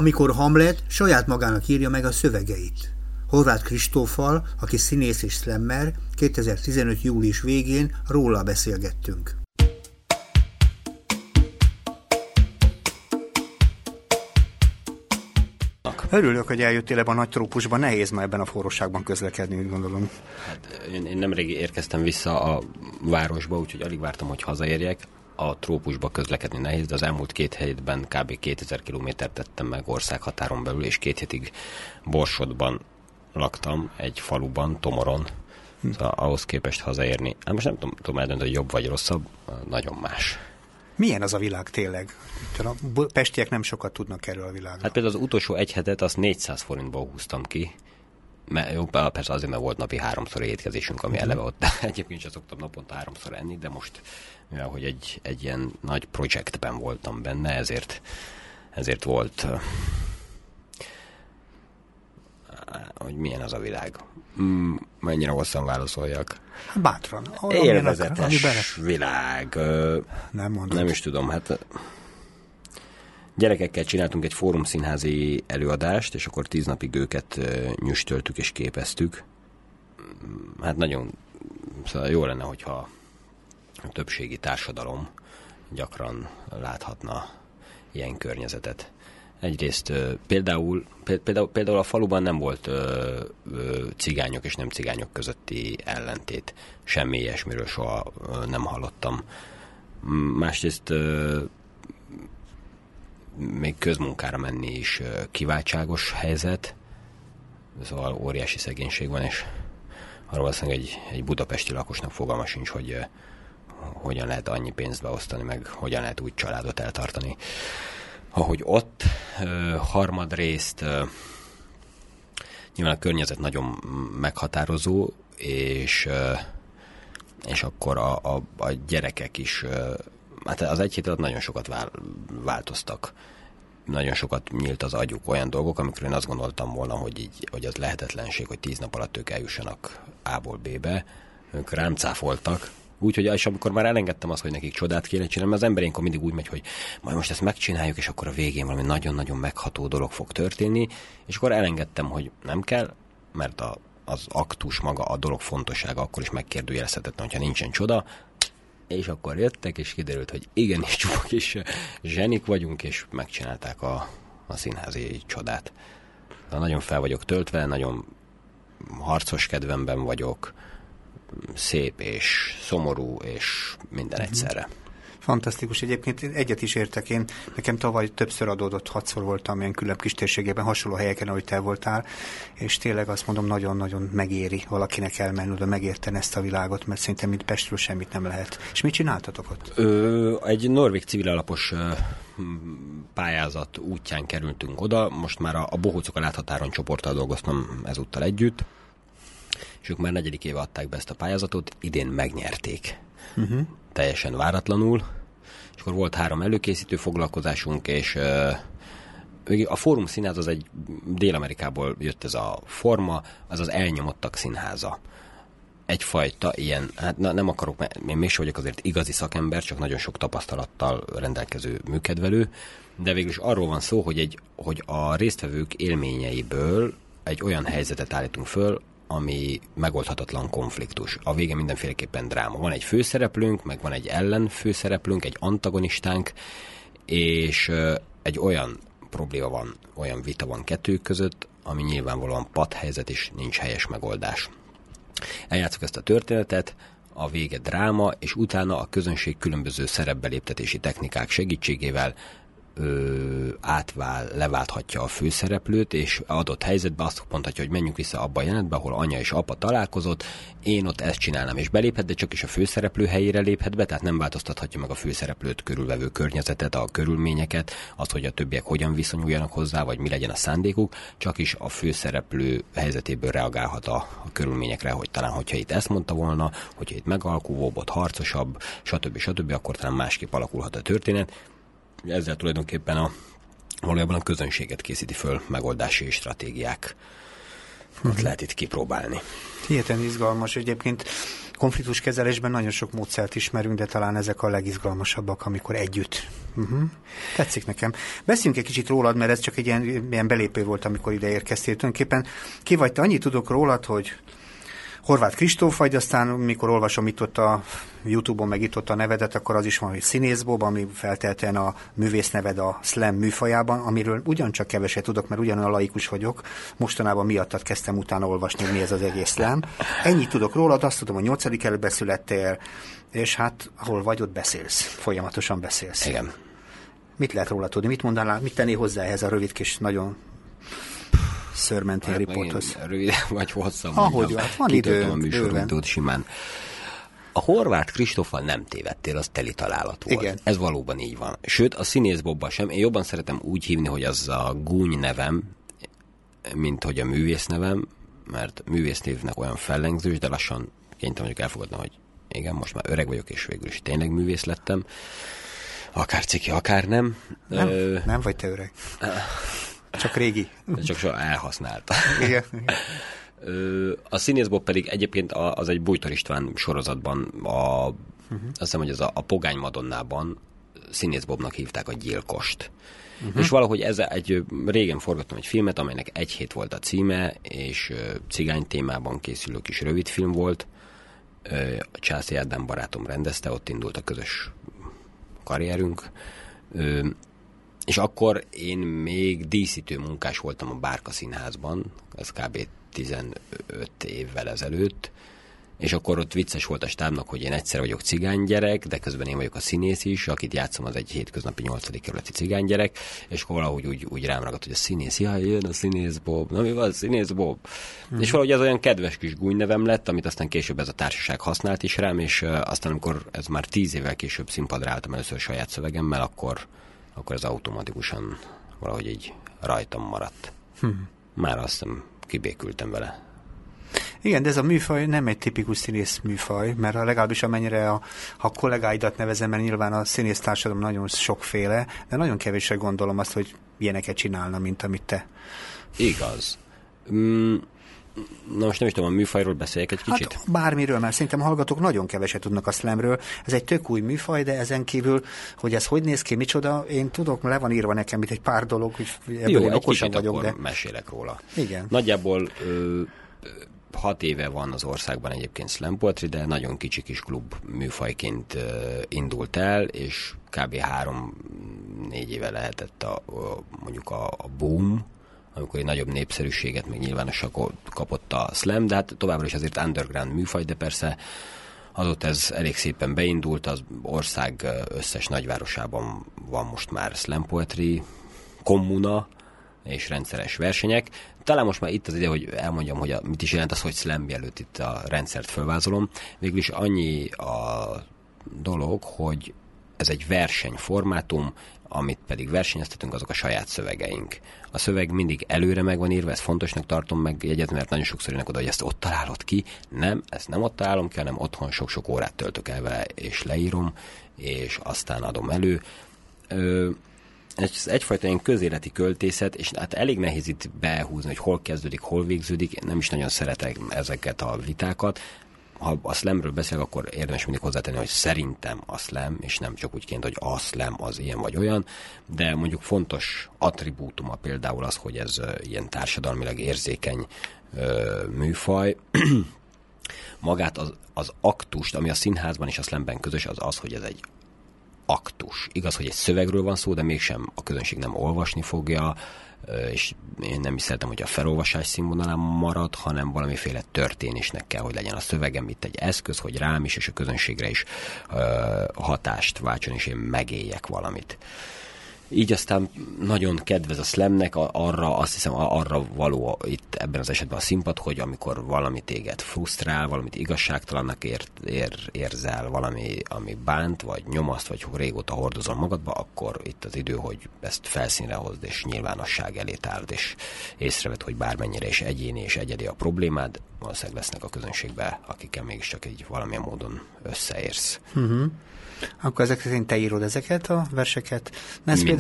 amikor Hamlet saját magának írja meg a szövegeit. Horváth Kristóffal, aki színész és slammer, 2015. július végén róla beszélgettünk. Örülök, hogy eljöttél ebben a nagy trópusban, nehéz már ebben a forróságban közlekedni, úgy gondolom. Hát én nemrég érkeztem vissza a városba, úgyhogy alig vártam, hogy hazaérjek. A trópusba közlekedni nehéz, de az elmúlt 2 hétben kb. 2000 kilométert tettem meg országhatáron belül, és 2 hétig Borsodban laktam, egy faluban, Tomoron. Szóval ahhoz képest hazaérni. Hát most nem tudom eldönteni, hogy jobb vagy rosszabb, nagyon más. Milyen az a világ tényleg? A pestiek nem sokat tudnak erről a világról. Hát például az utolsó 1 hetet azt 400 forintból húztam ki. Jó, persze azért, mert volt napi 3-szor étkezésünk, ami eleve ott. Egyébként sem szoktam naponta 3-szor enni, de most, mivel hogy egy ilyen nagy projektben voltam benne, ezért volt, hogy milyen az a világ. Mennyire hosszan válaszoljak? Bátran. Élvezetes világ. Nem is tudom, hát gyerekekkel csináltunk egy fórumszínházi előadást, és akkor 10 napig őket nyüstöltük és képeztük. Hát nagyon, szóval jó lenne, hogyha a többségi társadalom gyakran láthatna ilyen környezetet. Egyrészt például a faluban nem volt cigányok és nem cigányok közötti ellentét. Semmi ilyesmiről soha nem hallottam. Másrészt még közmunkára menni is kiváltságos helyzet, szóval óriási szegénység van, és arra valószínűleg egy budapesti lakosnak fogalma sincs, hogy hogyan lehet annyi pénzt beosztani, meg hogyan lehet úgy családot eltartani, ahogy ott. Harmadrészt nyilván a környezet nagyon meghatározó, és akkor a gyerekek is, hát az 1 hét alatt nagyon sokat változtak. Nagyon sokat nyílt az agyuk olyan dolgok, amikről én azt gondoltam volna, hogy az lehetetlenség, hogy 10 nap alatt ők eljussanak A-ból B-be. Ők rám cáfoltak. Úgyhogy és amikor már elengedtem azt, hogy nekik csodát kéne csinálni, mert az ember ilyenkor mindig úgy megy, hogy majd most ezt megcsináljuk, és akkor a végén valami nagyon-nagyon megható dolog fog történni, és akkor elengedtem, hogy nem kell, mert az aktus maga, a dolog fontossága akkor is megkérdőjelezhetetlen, hogyha nincsen csoda, és akkor jöttek, és kiderült, hogy igenis csupok is zsenik vagyunk, és megcsinálták a színházi csodát. Nagyon fel vagyok töltve, nagyon harcos kedvemben vagyok, szép és szomorú, és minden egyszerre. Fantasztikus. Egyébként egyet is értek én. Nekem tavaly többször adódott, 6-szor voltam ilyen különb kis térségében, hasonló helyeken, ahogy te voltál, és tényleg azt mondom, nagyon-nagyon megéri valakinek elmenni oda, megérteni ezt a világot, mert szerintem mint Pestről semmit nem lehet. És mit csináltatok ott? Egy norvég civil alapos pályázat útján kerültünk oda, most már a Bohócok a Láthatáron csoporttal dolgoztam ezúttal együtt, és ők már 4. éve adták be ezt a pályázatot, idén megnyerték. Teljesen váratlanul, és akkor volt 3 előkészítő foglalkozásunk, és a Fórum Színház az egy Dél-Amerikából jött ez a forma, az az elnyomottak színháza. Egyfajta ilyen, hát nem akarok, én mégsem vagyok azért igazi szakember, csak nagyon sok tapasztalattal rendelkező műkedvelő, de végül is arról van szó, hogy a résztvevők élményeiből egy olyan helyzetet állítunk föl, ami megoldhatatlan konfliktus. A vége mindenféleképpen dráma. Van egy főszereplőnk, meg van egy ellenfőszereplőnk, egy antagonistánk, és egy olyan probléma van, olyan vita van kettőjük között, ami nyilvánvalóan patthelyzet, és nincs helyes megoldás. Eljátszok ezt a történetet, a vége dráma, és utána a közönség különböző szerepbeléptetési technikák segítségével leválthatja a főszereplőt, és adott helyzetben azt mondhatja, hogy menjünk vissza abba a jelenetbe, ahol anya és apa találkozott, én ott ezt csinálnám, és beléphet, de csak is a főszereplő helyére léphet be, tehát nem változtathatja meg a főszereplőt körülvevő környezetet, a körülményeket, azt, hogy a többiek hogyan viszonyuljanak hozzá, vagy mi legyen a szándékuk, csak is a főszereplő helyzetéből reagálhat a körülményekre, hogy talán, hogyha itt ezt mondta volna, hogyha itt megalkuvóbb, ott harcosabb, stb., akkor talán másképp alakulhat a történet. Ezzel tulajdonképpen valójában a közönséget készíti föl megoldási stratégiák. Lehet itt kipróbálni. Hihetetlen izgalmas. Egyébként konfliktuskezelésben nagyon sok módszert ismerünk, de talán ezek a legizgalmasabbak, amikor együtt. Tetszik nekem. Beszéljünk egy kicsit rólad, mert ez csak egy ilyen belépő volt, amikor ide érkeztél. Tulajdonképpen ki vagy te? Annyit tudok rólad, hogy Horváth Kristóf vagy, aztán mikor olvasom itt ott a YouTube-on, meg itt ott a nevedet, akkor az is van, hogy Színész Bob, ami feltétlenül a művész neved a slam műfajában, amiről ugyancsak keveset tudok, mert ugyanolyan laikus vagyok. Mostanában miattad kezdtem utána olvasni, hogy mi ez az egész slam. Ennyit tudok rólad, azt tudom, hogy 8. kerületben születtél, és hát ahol vagy, ott beszélsz. Folyamatosan beszélsz. Igen. Mit lehet róla tudni? Mit mondanál, mit tennél hozzá ehhez a rövid kis nagyon szörmentén riporthoz? Röviden vagy hosszabb. Ahogy van idő. A műsorventót simán. A Horváth Kristóffal nem tévedtél, az teli találat volt. Igen. Ez valóban így van. Sőt, a Színész Bobban sem. Én jobban szeretem úgy hívni, hogy az a gúny nevem, mint hogy a művész nevem, mert művésznévnek olyan fellengzős, de lassan kénytelen vagyok elfogadni, hogy igen, most már öreg vagyok, és végül is tényleg művész lettem. Akár ciki, akár nem. Nem vagy te öreg. Csak régi. Csak soha elhasználta. Igen. A Színész Bob pedig egyébként az egy Bújtor István sorozatban, azt hiszem, hogy ez a Pogány Madonnában Színész Bobnak hívták a gyilkost. És valahogy régen forgattam egy filmet, amelynek 1 hét volt a címe, és cigány témában készülő kis rövidfilm volt. A Császi Ádám barátom rendezte, ott indult a közös karrierünk. És akkor én még díszítő munkás voltam a Bárka Színházban, ez kb. 15 évvel ezelőtt, és akkor ott vicces volt a stábnak, hogy én egyszer vagyok cigánygyerek, de közben én vagyok a színész is, akit játszom, az egy hétköznapi 8. kerületi cigánygyerek, és akkor valahogy úgy rám ragadt, hogy a színész, jön a Színész Bob, na mi van, Színész Bob? És valahogy ez olyan kedves kis gúnynevem lett, amit aztán később ez a társaság használt is rám, és aztán amikor ez már 10 évvel később színpadra álltam először saját szövegemmel, akkor ez automatikusan valahogy így rajtam maradt. Már azt hiszem kibékültem vele. Igen, de ez a műfaj nem egy tipikus színész műfaj, mert legalábbis amennyire ha kollégáidat nevezem, mert nyilván a színész társadalom nagyon sokféle, de nagyon kevésre gondolom azt, hogy ilyeneket csinálna, mint amit te. Igaz. Na most nem is tudom, a műfajról beszéljek egy kicsit? Hát bármiről, mert szerintem a hallgatók nagyon keveset tudnak a slamről. Ez egy tök új műfaj, de ezen kívül, hogy ez hogy néz ki, micsoda, én tudok, le van írva nekem itt egy pár dolog, hogy jó, egy kicsit vagyok, akkor mesélek róla. Igen. Nagyjából 6 éve van az országban egyébként slam poetry, de nagyon kicsi kis klub műfajként indult el, és kb. 3-4 éve lehetett mondjuk a boom, amikor egy nagyobb népszerűséget, meg nyilvánosságot kapott a slam, de hát továbbra is azért underground műfaj, de persze azóta ez elég szépen beindult, az ország összes nagyvárosában van most már slam poetry kommuna, és rendszeres versenyek. Talán most már itt az ide, hogy elmondjam, hogy mit is jelent az, hogy slam, mielőtt itt a rendszert fölvázolom. Végülis annyi a dolog, hogy ez egy versenyformátum, amit pedig versenyeztetünk, azok a saját szövegeink. A szöveg mindig előre meg van írva, ezt fontosnak tartom megjegyezni, mert nagyon sokszor jönnek oda, hogy ezt ott találod ki. Nem, ezt nem ott találom ki, hanem otthon sok-sok órát töltök el vele, és leírom, és aztán adom elő. Ez egyfajta ilyen közéleti költészet, és hát elég nehéz itt behúzni, hogy hol kezdődik, hol végződik. Nem is nagyon szeretek ezeket a vitákat. Ha a slamről beszélek, akkor érdemes mindig hozzátenni, hogy szerintem a slam, és nem csak úgy ként, hogy a slam az ilyen vagy olyan, de mondjuk fontos attribútuma például az, hogy ez ilyen társadalmilag érzékeny műfaj. Magát az aktust, ami a színházban és a slamben közös, az, hogy ez egy aktus. Igaz, hogy egy szövegről van szó, de mégsem a közönség nem olvasni fogja, és én nem is szeretem, hogy a felolvasás színvonalán marad, hanem valamiféle történésnek kell, hogy legyen a szövegem, itt egy eszköz, hogy rám is, és a közönségre is hatást váltson, és én megéljek valamit. Így aztán nagyon kedvez a slamnek, azt hiszem arra való itt ebben az esetben a színpad, hogy amikor valami téged frusztrál, valamit igazságtalannak érzel, valami, ami bánt, vagy nyomaszt, vagy régóta hordozol magadba, akkor itt az idő, hogy ezt felszínre hozd, és nyilvánosság elé tárd, és észrevedd, hogy bármennyire is egyéni és egyedi a problémád, valószínűleg lesznek a közönségben, akikkel mégiscsak így valamilyen módon összeérsz. Akkor ezek szerint te írod ezeket a verseket. Ez minden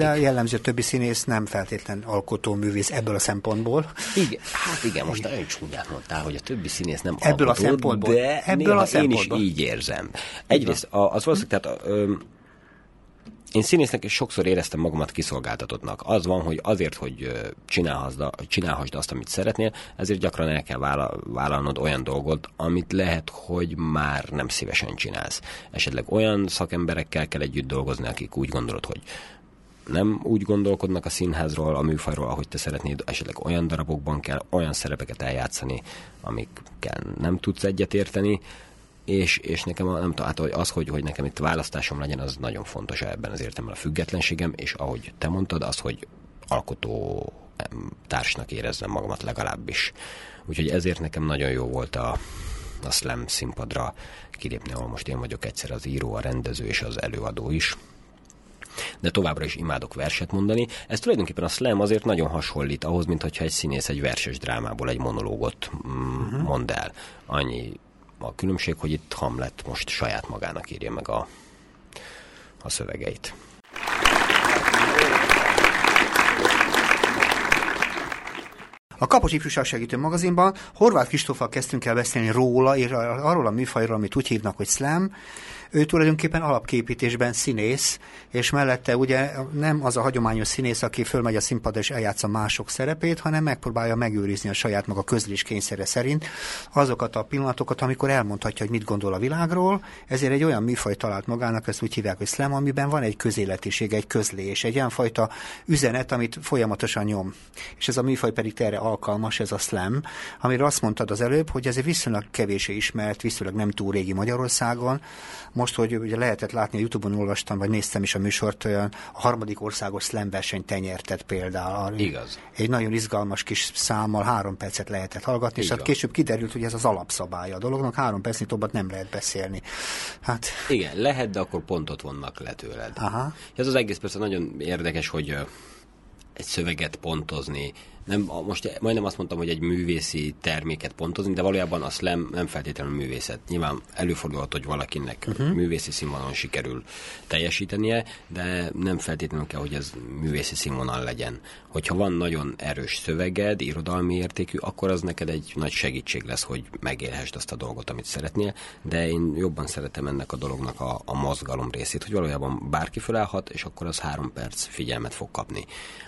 de jellemző többi színész nem feltétlen alkotóművész ebből a szempontból. Igen, hát igen, most nagyon csúnyán mondtál, hogy a többi színész nem ebből alkotó, a szempontból, de ebből a én is így érzem. Egyrészt az valószínűleg, tehát én színésznek is sokszor éreztem magamat kiszolgáltatottnak. Az van, hogy azért, hogy csinálhassd azt, amit szeretnél, ezért gyakran el kell vállalnod olyan dolgot, amit lehet, hogy már nem szívesen csinálsz. Esetleg olyan szakemberekkel kell együtt dolgozni, akik úgy gondolod, hogy nem úgy gondolkodnak a színházról, a műfajról, ahogy te szeretnéd, esetleg olyan darabokban kell olyan szerepeket eljátszani, amikkel nem tudsz egyetérteni, és nekem nem tudom, hát az, hogy nekem itt választásom legyen, az nagyon fontos ebben az értelemben a függetlenségem, és ahogy te mondtad, az, hogy alkotó társnak érezzem magamat legalábbis. Úgyhogy ezért nekem nagyon jó volt a slam színpadra kilépni, ahol most én vagyok egyszer az író, a rendező és az előadó is. De továbbra is imádok verset mondani. Ez tulajdonképpen a slam azért nagyon hasonlít ahhoz, mintha egy színész egy verses drámából egy monológot mond el. Annyi a különbség, hogy itt Hamlet most saját magának írja meg a szövegeit. A Kapocs Ifjúság Segítő magazinban Horváth Kristóffal kezdtünk el beszélni róla, és arról a műfajról, amit úgy hívnak, hogy slam. Ő tulajdonképpen alapképítésben színész, és mellette ugye nem az a hagyományos színész, aki fölmegy a színpadra és eljátsza mások szerepét, hanem megpróbálja megőrizni a saját maga közlés kényszere szerint azokat a pillanatokat, amikor elmondhatja, hogy mit gondol a világról. Ezért egy olyan műfaj talált magának, ezt úgy hívják, hogy slam, amiben van egy közéletiség, egy közlés, egy olyan fajta üzenet, amit folyamatosan nyom. És ez a műfaj pedig erre alkalmas, ez a slam, amiről azt mondtad az előbb, hogy ez viszonylag kevéssé ismert, viszonylag nem túl régi Magyarországon. Most, hogy ugye lehetett látni, a YouTube-on olvastam, vagy néztem is a műsort, olyan a 3. országos slam versenyt te nyerted például. Igaz. Egy nagyon izgalmas kis számmal 3 percet lehetett hallgatni, és hát később kiderült, hogy ez az alapszabálya a dolognak, 3 percnél többet nem lehet beszélni. Hát... Igen, lehet, de akkor pontot vonnak le tőled. Aha. Ez az egész persze nagyon érdekes, hogy egy szöveget pontozni, most majdnem azt mondtam, hogy egy művészi terméket pontozni, de valójában a slam nem feltétlenül művészet. Nyilván előfordulhat, hogy valakinek művészi színvonalon sikerül teljesítenie, de nem feltétlenül kell, hogy ez művészi színvonal legyen. Hogyha van nagyon erős szöveged, irodalmi értékű, akkor az neked egy nagy segítség lesz, hogy megélhessd azt a dolgot, amit szeretnél, de én jobban szeretem ennek a dolognak a mozgalom részét, hogy valójában bárki felállhat, és akkor az 3 perc figyelmet fog kapni.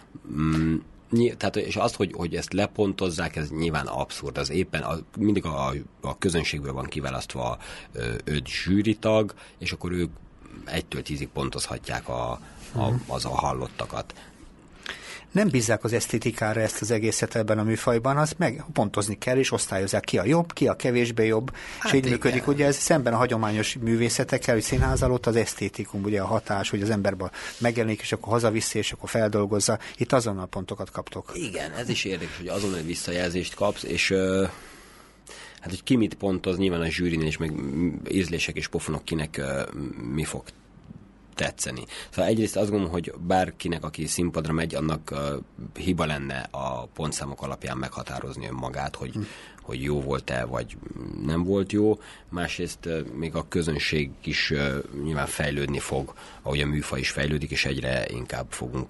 Tehát, és azt, hogy ezt lepontozzák, ez nyilván abszurd. Az éppen mindig a közönségből van kiválasztva 5 zsűritag, és akkor ők 1-től 10-ig pontozhatják az a hallottakat. Nem bízzák az esztétikára ezt az egészet ebben a műfajban, azt meg pontozni kell, és osztályozzák ki a jobb, ki a kevésbé jobb, hát és így működik. Ugye ez szemben a hagyományos művészetekkel, hogy színház alatt az esztétikum, ugye a hatás, hogy az emberben megjelenik, és akkor hazaviszi, és akkor feldolgozza. Itt azonnal pontokat kaptok. Igen, ez is érdekes, hogy azonnal visszajelzést kapsz, és hát, hogy ki mit pontoz, nyilván a zsűrinél is, meg ízlések és pofonok kinek mi fog tetszeni. Szóval egyrészt azt gondolom, hogy bárkinek, aki színpadra megy, annak hiba lenne a pontszámok alapján meghatározni önmagát, hogy jó volt-e, vagy nem volt jó. Másrészt még a közönség is nyilván fejlődni fog, ahogy a műfaj is fejlődik, és egyre inkább fogunk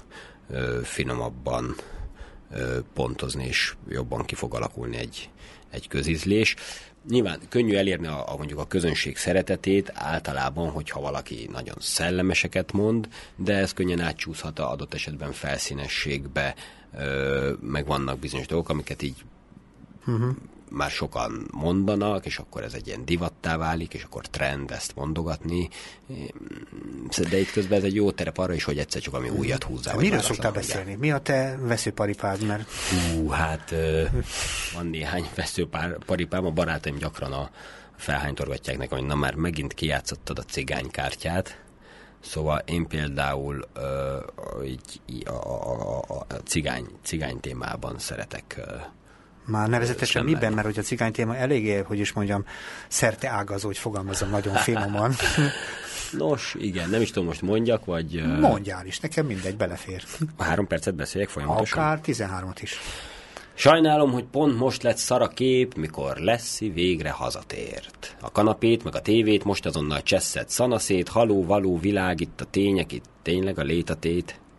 finomabban pontozni, és jobban ki fog alakulni egy közízlés. Nyilván könnyű elérni mondjuk a közönség szeretetét általában, hogyha valaki nagyon szellemeseket mond, de ez könnyen átcsúszhat a adott esetben felszínességbe, meg vannak bizonyos dolgok, amiket így már sokan mondanak, és akkor ez egy ilyen divattá válik, és akkor trend ezt mondogatni. De itt közben ez egy jó terep arra is, hogy egyszer csak ami újat húzzál. Miről szoktál beszélni? Mi a te veszőparipád? Mert... Hát van néhány veszőparipám, a barátaim gyakran felhánytorgatják nekem, hogy na már megint kijátszottad a cigánykártyát. Szóval én például a cigány témában szeretek már nevezetesen miben, mert hogy a cigány téma eléggé, hogy is mondjam, szerte ágazó, hogy fogalmazom nagyon finoman. Nos, igen, nem is tudom, most mondjak, vagy... Mondjál is, nekem mindegy, belefér. 3 percet beszéljek folyamatosan? Akár 13-at is. Sajnálom, hogy pont most lett szar a kép, mikor Leszi végre hazatért. A kanapét meg a tévét most azonnal csesszett szanaszét, haló, való világ, itt a tények, itt tényleg a lét a tét.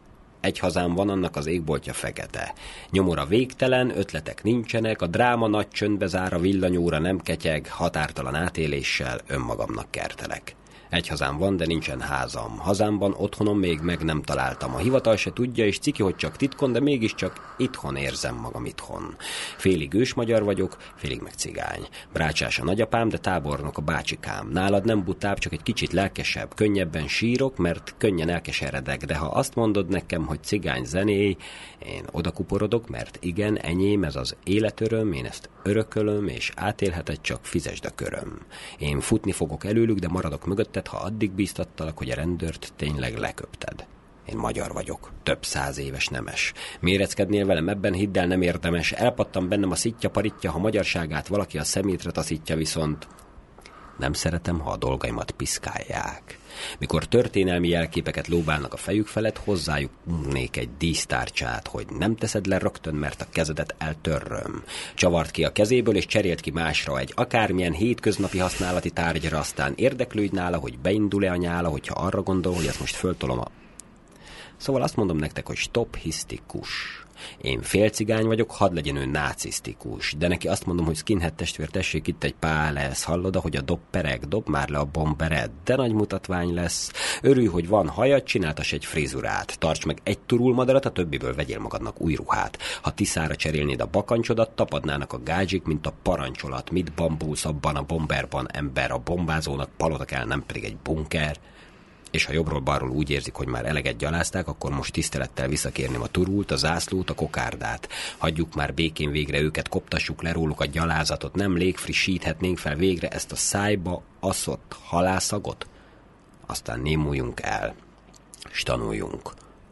Egy hazám van, annak az égboltja fekete. Nyomora végtelen, ötletek nincsenek, a dráma nagy csöndbe zár, a villanyóra nem ketyeg, határtalan átéléssel önmagamnak kertelek. Egy hazám van, de nincsen házam. Hazámban, otthonom még meg nem találtam. A hivatal se tudja, és ciki, hogy csak titkon, de mégiscsak itthon érzem magam itthon. Félig ősmagyar vagyok, félig meg cigány. Brácsás a nagyapám, de tábornok a bácsikám. Nálad nem butább, csak egy kicsit lelkesebb. Könnyebben sírok, mert könnyen elkeseredek, de ha azt mondod nekem, hogy cigány zenéj, én odakuporodok, mert igen, enyém, ez az életöröm, én ezt örökölöm, és átélheted, csak fizesd a köröm. Én futni fogok előlük, de maradok mögötted, ha addig bíztattalak, hogy a rendőrt tényleg leköpted. Én magyar vagyok, több 100 éves nemes. Méreckednél velem, ebben hidd el, nem érdemes. Elpattam bennem a szitja paritja, ha magyarságát valaki a szemétre taszítja, viszont nem szeretem, ha a dolgaimat piszkálják. Mikor történelmi jelképeket lóbálnak a fejük felett, hozzájuk nék egy dísztárcsát, hogy nem teszed le rögtön, mert a kezedet eltörröm. Csavart ki a kezéből, és cserélt ki másra egy akármilyen hétköznapi használati tárgyra, aztán érdeklődj nála, hogy beindul-e a nyála, hogyha arra gondol, hogy ezt most föltolom a... Szóval azt mondom nektek, hogy stop hisztikus. Én félcigány vagyok, hadd legyen ő nácisztikus. De neki azt mondom, hogy skinhead testvér, tessék itt egy pálesz, hallod, hogy a dob pereg, dob már le a bombered, de nagy mutatvány lesz. Örülj, hogy van hajad, csináltass egy frizurát. Tarts meg egy turulmadarat, a többiből vegyél magadnak új ruhát. Ha tiszára cserélnéd a bakancsodat, tapadnának a gázsik, mint a parancsolat. Mit bambulsz abban a bomberban, ember, a bombázónak palota kell, nem pedig egy bunker. És ha jobbról-balról úgy érzik, hogy már eleget gyalázták, akkor most tisztelettel visszakérném a turult, a zászlót, a kokárdát. Hagyjuk már békén végre őket, koptassuk le róluk a gyalázatot, nem légfrissíthetnénk fel végre ezt a szájba aszott halászagot? Aztán némuljunk el, és tanuljunk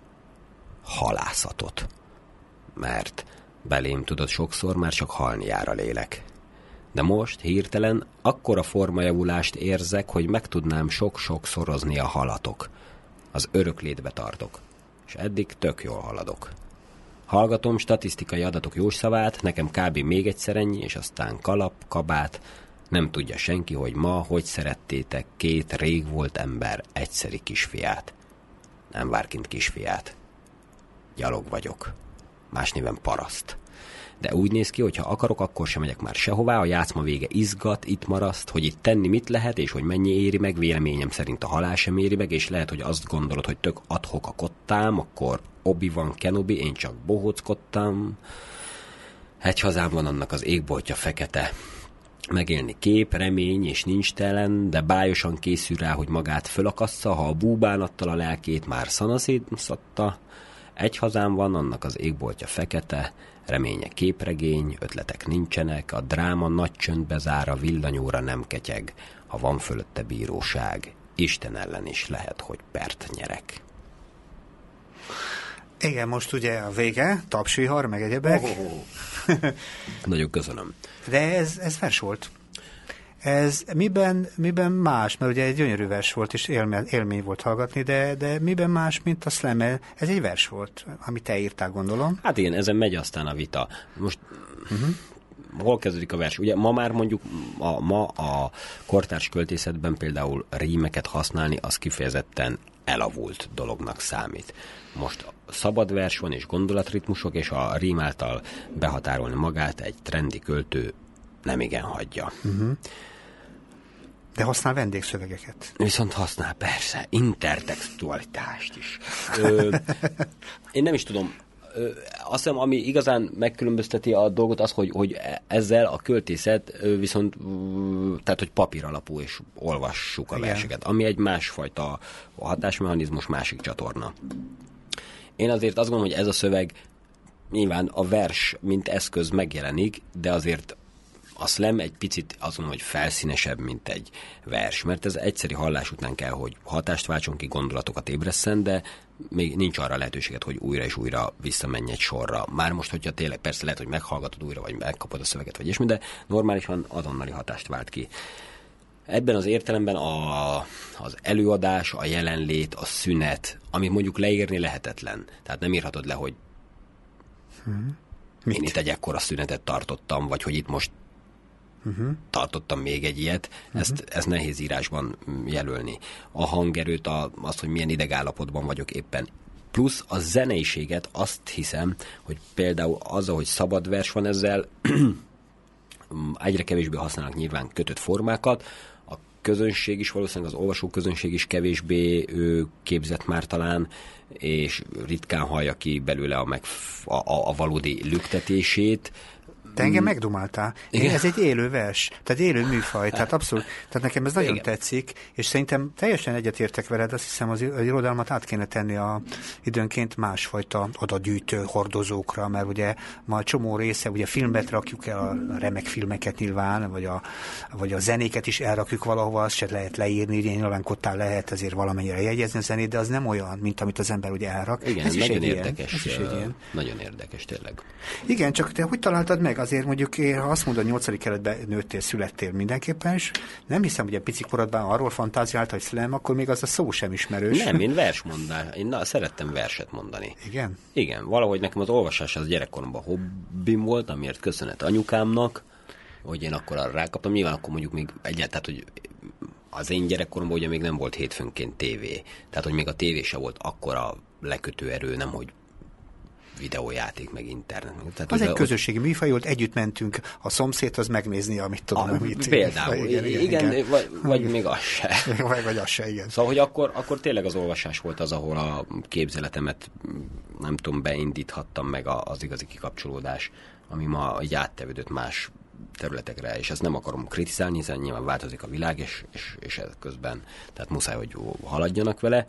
halászatot. Mert belém tudod, sokszor már csak halni jár a lélek. De most hirtelen akkora formajavulást érzek, hogy meg tudnám sok-sok szorozni a halatok. Az öröklétbe tartok, és eddig tök jól haladok. Hallgatom statisztikai adatok jószavát, nekem kb. Még egyszer ennyi, és aztán kalap, kabát. Nem tudja senki, hogy ma hogy szerettétek két rég volt ember egyszeri kisfiát. Nem várkint kisfiát. Gyalog vagyok. Más néven paraszt. De úgy néz ki, hogy ha akarok, akkor sem megyek már sehová, a játszma vége izgat, itt maraszt, hogy itt tenni mit lehet, és hogy mennyi éri meg, véleményem szerint a halál sem éri meg, és lehet, hogy azt gondolod, hogy tök adhok a kottám, akkor Obi-Wan Kenobi, én csak bohóckodtam. Egy hazám van, annak az égboltja fekete. Megélni kép, remény és nincs telen, de bájosan készül rá, hogy magát fölakassza, ha a búbánattal a lelkét már szanaszétszatta. Egy hazám van, annak az égboltja fekete, reménye képregény, ötletek nincsenek, a dráma nagy csöndbe zár, a villanyóra nem ketyeg, ha van fölötte bíróság, Isten ellen is lehet, hogy pert nyerek. Igen, most ugye a vége, tapsvihar, meg egyebek. Nagyon köszönöm. De ez vers volt. Ez miben más, mert ugye egy gyönyörű vers volt, és élmény volt hallgatni, de miben más, mint a slam? Ez egy vers volt, amit te írtál, gondolom. Hát igen, ezen megy aztán a vita. Most hol kezdődik a vers? Ugye ma már mondjuk a kortárs költészetben például rímeket használni, az kifejezetten elavult dolognak számít. Most szabad vers van és gondolatritmusok, és a rím által behatárolni magát egy trendi költő nem igen hagyja. De használ vendégszövegeket. Viszont használ persze intertextualitást is. Én nem is tudom, azt hiszem, ami igazán megkülönbözteti a dolgot az, hogy ezzel a költészet viszont, tehát, hogy papír alapú, és olvassuk a verseket, ami egy másfajta hatásmechanizmus, másik csatorna. Én azért azt gondolom, hogy ez a szöveg nyilván a vers, mint eszköz megjelenik, de azért a slam egy picit azt mondom, hogy felszínesebb, mint egy vers, mert ez egyszeri hallás után kell, hogy hatást váltson ki, gondolatokat ébresszen, de még nincs arra lehetőséget, hogy újra és újra visszamenj egy sorra. Már most, hogyha tényleg persze lehet, hogy meghallgatod újra, vagy megkapod a szöveget, vagy ilyesmi, de normálisan azonnali hatást vált ki. Ebben az értelemben az előadás, a jelenlét, a szünet, ami mondjuk leírni lehetetlen. Tehát nem írhatod le, hogy én itt egy ekkora szünetet tartottam, vagy hogy itt most tartottam még egy ilyet, ezt nehéz írásban jelölni. A hangerőt, azt, hogy milyen idegállapotban vagyok éppen Plusz a zeneiséget azt hiszem, hogy például az, hogy szabad vers van ezzel, egyre kevésbé használnak nyilván kötött formákat, a közönség is valószínűleg, az olvasó közönség is kevésbé képzett már talán, és ritkán hallja ki belőle a valódi lüktetését. Te engem megdumáltál. Ez egy élő vers, tehát élő műfaj, tehát abszolút. Tehát nekem ez nagyon tetszik, és szerintem teljesen egyetértek veled, azt hiszem az irodalmat át kéne tenni időnként másfajta adatgyűjtő hordozókra, mert ugye ma a csomó része, ugye filmet rakjuk el, a remek filmeket nyilván, vagy a zenéket is elrakjuk valahova, azt se lehet leírni, nyilván kottán lehet ezért valamennyire jegyezni a zenét, de az nem olyan, mint amit az ember ugye elrak. Igen, ez nagyon érdekes. Nagyon érdekes, tényleg. Igen, csak te hogy találtad meg? Azért mondjuk, ha azt mondod, hogy 8. keretben nőttél, születtél mindenképpen, és nem hiszem, hogy egy pici korodban arról fantáziált, hogy slam, akkor még az a szó sem ismerős. Nem, én versmondás. Én szerettem verset mondani. Igen? Igen, valahogy nekem az olvasás az gyerekkoromban hobbim volt, amiért köszönet anyukámnak, hogy én akkor arra rákaptam. Nyilván akkor mondjuk még egyáltalán, hogy az én gyerekkoromban ugye még nem volt hétfőnként tévé. Tehát, hogy még a tévé se volt akkora lekötő erő, nem hogy videójáték, meg internet. Tehát az egy közösségi műfaj volt, együtt mentünk a szomszédhoz megnézni, amit tudom. Amit például, igen. Vagy még az se. Vagy az se, igen. Szóval, hogy akkor tényleg az olvasás volt az, ahol a képzeletemet, nem tudom, beindíthattam meg az igazi kikapcsolódás, ami ma így áttevődött más területekre, és ezt nem akarom kritizálni, hiszen nyilván változik a világ, és ez közben, tehát muszáj, hogy haladjanak vele,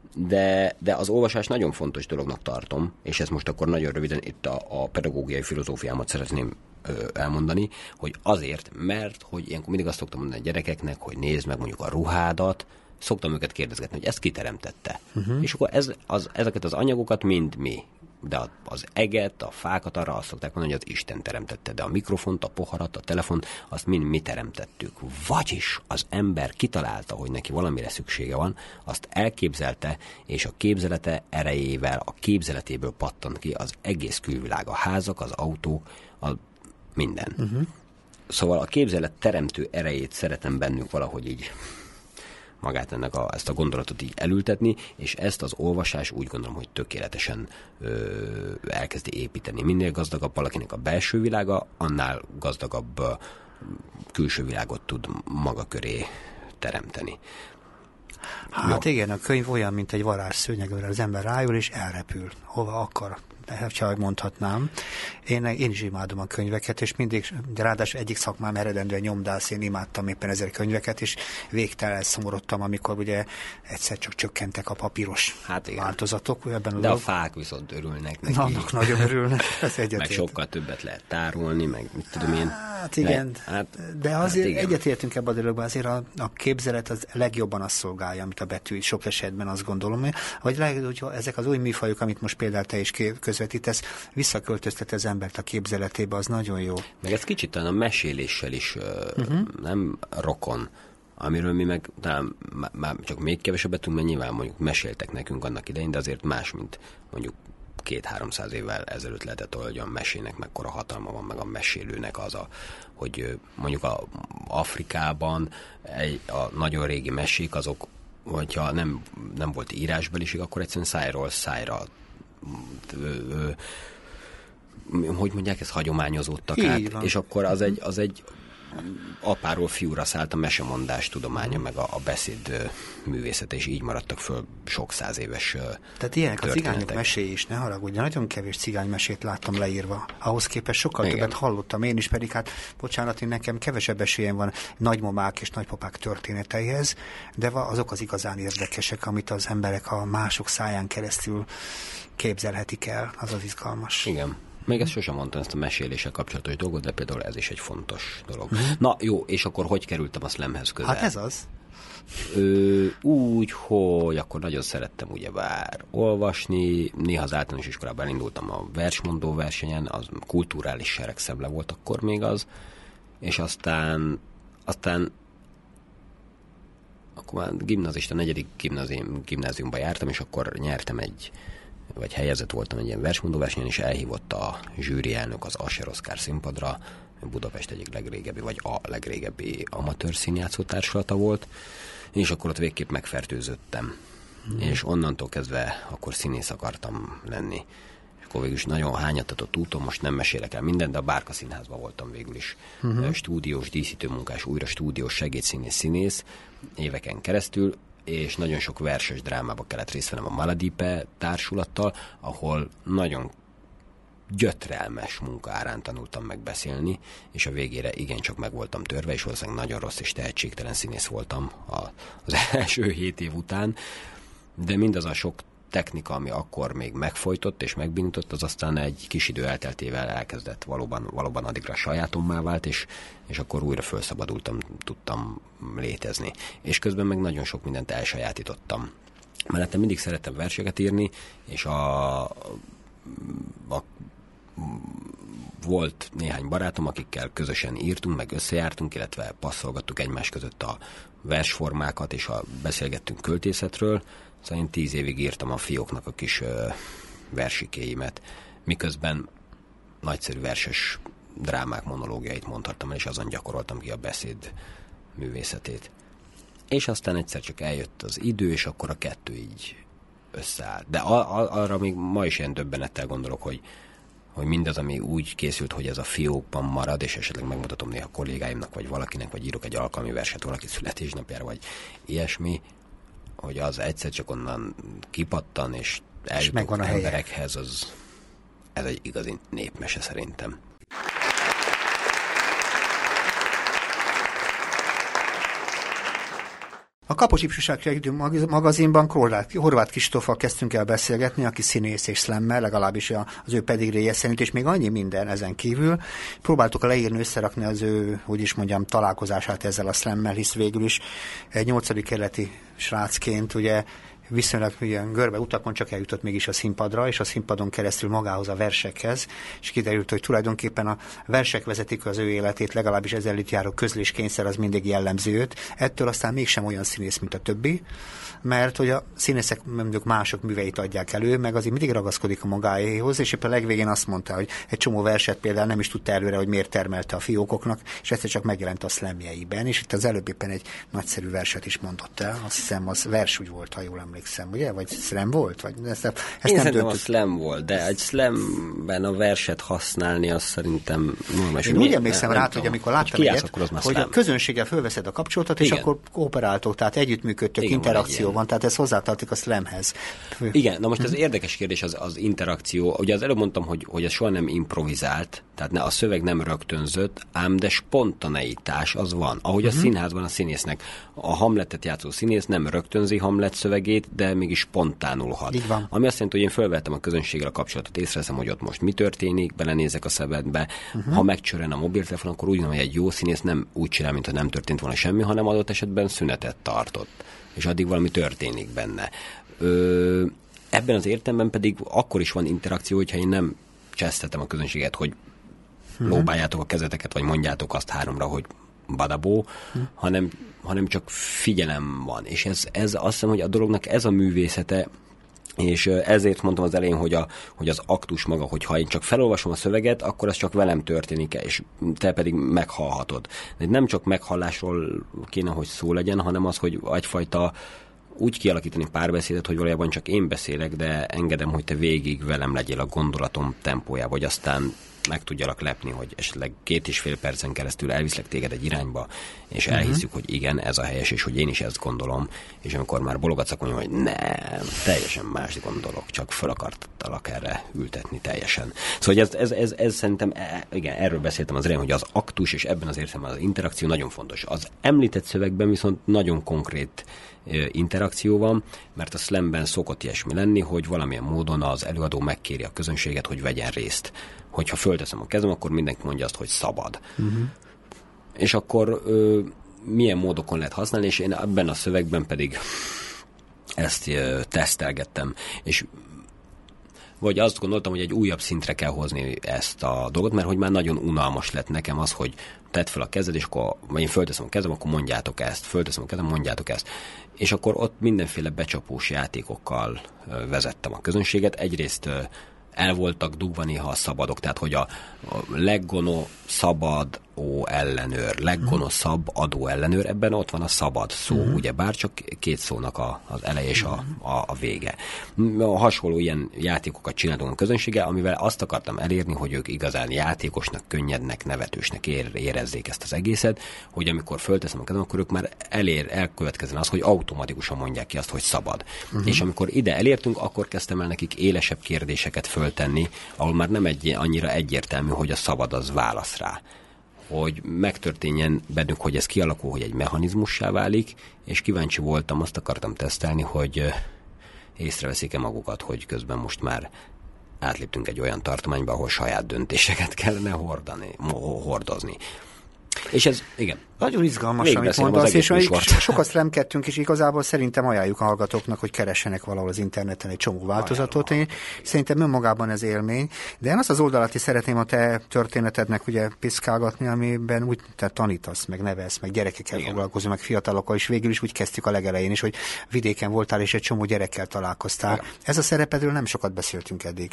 de az olvasás nagyon fontos dolognak tartom, és ezt most akkor nagyon röviden itt a pedagógiai filozófiámat szeretném elmondani, hogy azért, mert hogy ilyenkor mindig azt szoktam mondani a gyerekeknek, hogy nézd meg mondjuk a ruhádat, szoktam őket kérdezgetni, hogy ezt ki teremtette. És akkor ezeket az anyagokat mind mi. De az eget, a fákat arra azt szokták mondani, hogy az Isten teremtette, de a mikrofont, a poharat, a telefon, azt mind mi teremtettük. Vagyis az ember kitalálta, hogy neki valamire szüksége van, azt elképzelte, és a képzelete erejével, a képzeletéből pattant ki az egész külvilág, a házak, az autók, minden. Szóval a képzelet teremtő erejét szeretem bennünk valahogy így magát ezt a gondolatot így elültetni, és ezt az olvasás úgy gondolom, hogy tökéletesen elkezdi építeni. Minél gazdagabb valakinek a belső világa, annál gazdagabb külső világot tud maga köré teremteni. Hát igen, a könyv olyan, mint egy varázsszőnyeg, amire az ember rájul, és elrepül, hova akar. Ha mondhatnám. Én is imádom a könyveket, és mindig, ráadásul egyik szakmám eredendően nyomdász, én imádtam éppen ezért könyveket, és végtelen szomorodtam, amikor ugye egyszer csak csökkentek a papíros változatok. Ebben de a fák viszont örülnek neki. Annak nagyon örülnek. Meg sokkal többet lehet tárolni, meg mit tudom én. Hát igen, de azért egyetértünk ebben a dologban, azért a képzelet az legjobban azt szolgálja, amit a betű, sok esetben azt gondolom, vagy lehet, hogy ezek az új műfajok, amit most például te is közvetítesz, visszaköltöztet az embert a képzeletébe, az nagyon jó. Meg ez kicsit talán a meséléssel is nem rokon, amiről mi meg talán már csak még kevesebbet tudunk, mert nyilván mondjuk meséltek nekünk annak idején, de azért más, mint mondjuk 200-300 évvel ezelőtt lehetett, hogy a mesének mekkora hatalma van, meg a mesélőnek hogy mondjuk Afrikában a nagyon régi mesék azok, hogyha nem volt írásbeliség, akkor egyszerűen szájról szájra hogy mondják, ezt hagyományozódtak át, és akkor az egy apáról fiúra szállt a mesemondás tudománya, meg a beszéd művészete, és így maradtak föl sok száz éves tehát ilyenek a cigányok meséi is, ne haragudj, nagyon kevés cigánymesét láttam leírva. Ahhoz képest sokkal többet hallottam én is, pedig hát, bocsánat, én nekem kevesebb esélyem van nagymamák és nagypapák történeteihez, de azok az igazán érdekesek, amit az emberek a mások száján keresztül képzelhetik el, az izgalmas. Igen. Még ezt sosem mondtam, ezt a meséléssel kapcsolatos dolgot, de például ez is egy fontos dolog. Na jó, és akkor hogy kerültem a slamhez közel? Hát ez az. Úgy, hogy akkor nagyon szerettem ugyebár olvasni, néha az általános iskolában elindultam a versmondó versenyen, az kulturális seregszemle volt akkor még az, és aztán akkor már gimnazista, 4. gimnáziumba jártam, és akkor nyertem vagy helyezett voltam egy ilyen versmondó versenyen, és elhívott a zsűri elnök az Ascher Oszkár színpadra, Budapest egyik legrégebbi, vagy a legrégebbi amatőr színjátszó társulata volt, és akkor ott végképp megfertőzöttem. és onnantól kezdve akkor színész akartam lenni. És akkor végül is nagyon hányatatott úton, most nem mesélek el mindent, de a Bárka Színházban voltam végül is. Stúdiós, díszítőmunkás, újra stúdiós segédszínész éveken keresztül, és nagyon sok verses drámába kellett részt vennem a Maladipe társulattal, ahol nagyon gyötrelmes munka árán tanultam meg beszélni, és a végére igencsak meg voltam törve, és valószínűleg nagyon rossz és tehetségtelen színész voltam az első 7 év után, de mindaz a sok technika, ami akkor még megfojtott és megbénított, az aztán egy kis idő elteltével elkezdett valóban addigra sajátommá vált, és akkor újra felszabadultam, tudtam létezni. És közben meg nagyon sok mindent elsajátítottam. Mellette mindig szerettem verseket írni, és volt néhány barátom, akikkel közösen írtunk, meg összejártunk, illetve passzolgattuk egymás között a versformákat, és beszélgettünk költészetről. Szóval én 10 évig írtam a fióknak a kis versikéimet, miközben nagyszerű verses drámák, monológiait mondhattam el, és azon gyakoroltam ki a beszéd művészetét. És aztán egyszer csak eljött az idő, és akkor a kettő így összeállt. De arra még ma is ilyen döbbenettel gondolok, hogy mindaz, ami úgy készült, hogy ez a fiókban marad, és esetleg megmutatom néha kollégáimnak, vagy valakinek, vagy írok egy alkalmi verset valaki születésnapjára, vagy ilyesmi, hogy az egyszer csak onnan kipattan, és eljutok az emberekhez, ez egy igazi népmese szerintem. A Kaposi Ifjúság magazinban Horváth Kristóffal kezdtünk el beszélgetni, aki színész és slammer, legalábbis az ő pedigréje szerint, és még annyi minden ezen kívül. Próbáltuk leírni, összerakni az ő, hogy is mondjam, találkozását ezzel a slammel, hisz végül is egy 8. kerületi srácként, ugye viszonylag ilyen görbe utakon csak eljutott mégis a színpadra, és a színpadon keresztül magához a versekhez, és kiderült, hogy tulajdonképpen a versek vezetik az ő életét, legalábbis ezzel itt járó közléskényszer az mindig jellemző őt. Ettől aztán mégsem olyan színész, mint a többi, mert hogy a színészek mondjuk mások műveit adják elő, meg azért mindig ragaszkodik a magáéhoz, és éppen a legvégén azt mondta, hogy egy csomó verset például nem is tudta előre, hogy miért termelte a fiókoknak, és egyszer csak megjelent a szlemjeiben, és itt az előbb éppen egy nagyszerű verset is mondott el, azt hiszem az vers úgy volt, ha jól emlékszem, ugye? Vagy slam volt? Vagy ezt én szerintem a slam volt, de egy slamben a verset használni, azt szerintem normális. Én úgy emlékszem rá, hogy amikor láttam egyet, hogy a közönséggel fölveszed a kapcsolatot, és akkor kooperáltok, tehát együttműködtök, interakció van, tehát ez hozzátartozik a slamhez. Igen, na most az érdekes kérdés az interakció. Ugye az előbb mondtam, hogy ez soha nem improvizált, tehát a szöveg nem rögtönzött, ám de spontaneitás az van. Ahogy a színházban a színésznek a Hamletet játszó színész nem rögtönzi Hamlet szövegét, de mégis spontánulhat. Ami azt jelenti, hogy én fölvettem a közönséggel a kapcsolatot, észreveszem, hogy ott most mi történik, belenézek a szemedbe. Ha megcsörren a mobiltelefon, akkor úgy hogy egy jó színész nem úgy csinál, mintha nem történt volna semmi, hanem adott esetben szünetet tartott. És addig valami történik benne. Ebben az értelemben pedig akkor is van interakció, hogyha én nem csesztetem a közönséget, hogy lóbáljátok a kezeteket, vagy mondjátok azt 3-ra, hogy badabó, hanem csak figyelem van. És ez azt hiszem, hogy a dolognak ez a művészete, és ezért mondtam az elején, hogy az aktus maga, hogy ha én csak felolvasom a szöveget, akkor az csak velem történik, és te pedig meghallhatod. De nem csak meghallásról kéne, hogy szó legyen, hanem az, hogy egyfajta úgy kialakítani párbeszédet, hogy valójában csak én beszélek, de engedem, hogy te végig velem legyél a gondolatom tempójában, hogy aztán meg tudjalak lepni, hogy esetleg 2,5 percen keresztül elviszlek téged egy irányba, és elhiszük, hogy igen, ez a helyes, és hogy én is ezt gondolom, és amikor már bologatsz, akkor mondom, hogy nem, teljesen más gondolok, csak fel akartalak erre ültetni teljesen. Szóval ez szerintem, igen, erről beszéltem az elején, hogy az aktus, és ebben az értelemben az interakció nagyon fontos. Az említett szövegben viszont nagyon konkrét interakció van, mert a slamben szokott ilyesmi lenni, hogy valamilyen módon az előadó megkéri a közönséget, hogy vegyen részt. Hogyha fölteszem a kezem, akkor mindenki mondja azt, hogy szabad. És akkor milyen módokon lehet használni, és én ebben a szövegben pedig ezt tesztelgettem. És vagy azt gondoltam, hogy egy újabb szintre kell hozni ezt a dolgot, mert hogy már nagyon unalmas lett nekem az, hogy tedd fel a kezed, és akkor én fölteszem a kezem, akkor mondjátok ezt, fölteszem a kezem, mondjátok ezt. És akkor ott mindenféle becsapós játékokkal vezettem a közönséget. Egyrészt el voltak dugva néha a szabadok, tehát hogy a leggonó szabad ellenőr, leggonoszabb adóellenőr, ebben ott van a szabad szó, ugye bár csak két szónak az eleje és a vége. Hasonló ilyen játékokat csináltunk a közönsége, amivel azt akartam elérni, hogy ők igazán játékosnak, könnyednek, nevetősnek érezzék ezt az egészet, hogy amikor fölteszem a kezem, akkor ők már elkövetkezzen az, hogy automatikusan mondják ki azt, hogy szabad. És amikor ide elértünk, akkor kezdtem el nekik élesebb kérdéseket föltenni, ahol már nem annyira egyértelmű, hogy a szabad az válasz rá. Hogy megtörténjen bennük, hogy ez kialakul, hogy egy mechanizmussá válik, és kíváncsi voltam, azt akartam tesztelni, hogy észreveszik-e magukat, hogy közben most már átléptünk egy olyan tartományba, ahol saját döntéseket kellene hordozni. És ez, igen. Nagyon izgalmas, amit mondasz, és sokat remkedtünk, és igazából szerintem ajánljuk a hallgatóknak, hogy keressenek valahol az interneten egy csomó változatot. Én szerintem önmagában ez élmény, de én azt az oldalat is szeretném a te történetednek ugye piszkálgatni, amiben úgy te tanítasz, meg nevelsz, meg gyerekekkel foglalkozol, meg fiatalokkal, és végül is úgy kezdtük a legelején is, hogy vidéken voltál, és egy csomó gyerekkel találkoztál. Igen. Ez a szerepedről nem sokat beszéltünk eddig.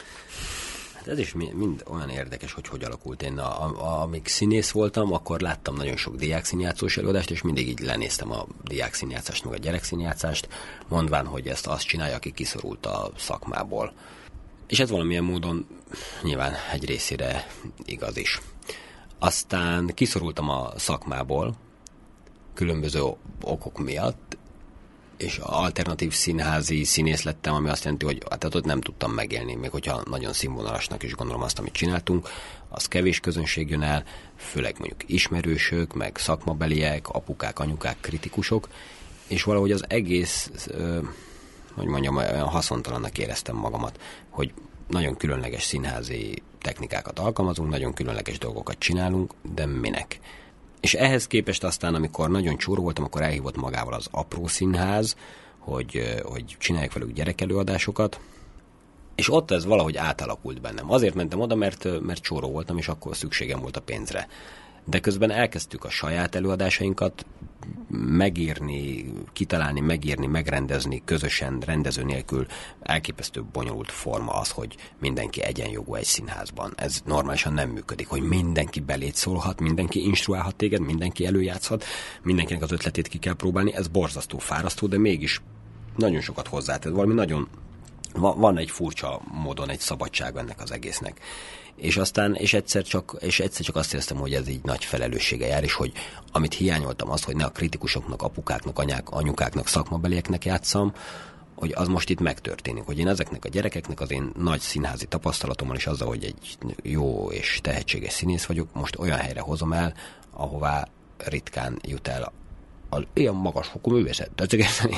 Ez is mind olyan érdekes, hogy alakult. Én amíg színész voltam, akkor láttam nagyon sok diákszínjátszós előadást, és mindig így lenéztem a diákszínjátszást, meg a gyerekszínjátszást, mondván, hogy ezt azt csinálja, aki kiszorult a szakmából. És ez valamilyen módon nyilván egy részére igaz is. Aztán kiszorultam a szakmából, különböző okok miatt, és alternatív színházi színész lettem, ami azt jelenti, hogy hát ott nem tudtam megélni, még hogyha nagyon színvonalasnak is gondolom azt, amit csináltunk, az kevés közönség jön el, főleg mondjuk ismerősök, meg szakmabeliek, apukák, anyukák, kritikusok, és valahogy az egész, hogy mondjam, olyan haszontalannak éreztem magamat, hogy nagyon különleges színházi technikákat alkalmazunk, nagyon különleges dolgokat csinálunk, de minek? És ehhez képest aztán, amikor nagyon csóró voltam, akkor elhívott magával az Apró Színház, hogy csinálják velük gyerekelőadásokat, és ott ez valahogy átalakult bennem. Azért mentem oda, mert csóró voltam, és akkor szükségem volt a pénzre. De közben elkezdtük a saját előadásainkat megírni, kitalálni, megírni, megrendezni, közösen, rendező nélkül. Elképesztő bonyolult forma az, hogy mindenki egyenjogú egy színházban. Ez normálisan nem működik, hogy mindenki beléd szólhat, mindenki instruálhat téged, mindenki előjátszhat, mindenkinek az ötletét ki kell próbálni. Ez borzasztó fárasztó, de mégis nagyon sokat hozzátett. Valami nagyon, van egy furcsa módon egy szabadság ennek az egésznek. És egyszer csak azt éreztem, hogy ez így nagy felelőssége jár, és hogy amit hiányoltam az, hogy ne a kritikusoknak, apukáknak, anyukáknak, szakmabelieknek játsszam, hogy az most itt megtörténik, hogy én ezeknek a gyerekeknek az én nagy színházi tapasztalatommal és azzal, hogy egy jó és tehetséges színész vagyok, most olyan helyre hozom el, ahová ritkán jut el ilyen magas fokú művészet.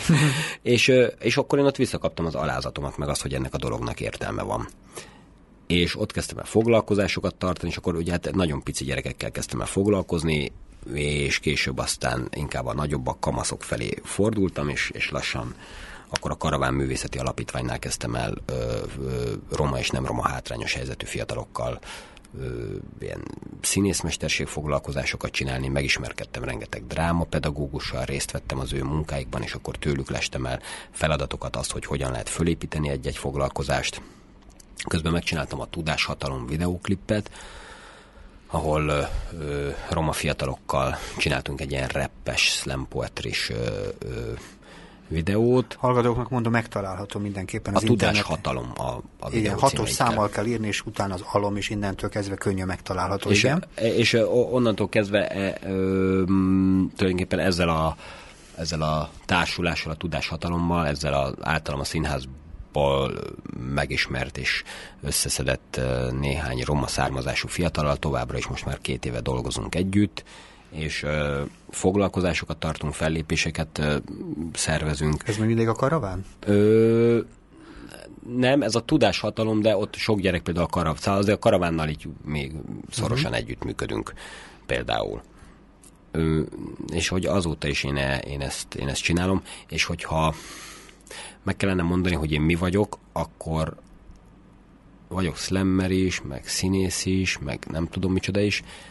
És akkor én ott visszakaptam az alázatomat, meg azt, hogy ennek a dolognak értelme van. És ott kezdtem el foglalkozásokat tartani, és akkor ugye hát nagyon pici gyerekekkel kezdtem el foglalkozni, és később aztán inkább a nagyobbak, kamaszok felé fordultam, és lassan akkor a Karaván Művészeti Alapítványnál kezdtem el roma és nem roma hátrányos helyzetű fiatalokkal ilyen színészmesterség foglalkozásokat csinálni, megismerkedtem rengeteg drámapedagógussal, részt vettem az ő munkáikban, és akkor tőlük lestem el feladatokat, azt, hogy hogyan lehet fölépíteni egy-egy foglalkozást. Közben megcsináltam a Tudáshatalom videóklipet, ahol roma fiatalokkal csináltunk egy ilyen rappes, slam poetris videót. Hallgatóknak mondom, megtalálható mindenképpen az internet. A Tudáshatalom a videó igen, 6-os számmal kell írni, és utána az alom, és innentől kezdve könnyen megtalálható. És onnantól kezdve tulajdonképpen ezzel a társulással, a Tudáshatalommal, ezzel általam a színházból megismert és összeszedett néhány roma származású fiatallal továbbra is most már 2 éve dolgozunk együtt, és foglalkozásokat tartunk, fellépéseket szervezünk. Ez még mindig a Karaván? Nem, ez a Tudáshatalom, de ott sok gyerek például azért a Karavánnal így még szorosan együttműködünk például. És hogy azóta is én ezt csinálom, és hogyha meg kellene mondani, hogy én mi vagyok, akkor vagyok slammer is, meg színész is, meg nem tudom micsoda is,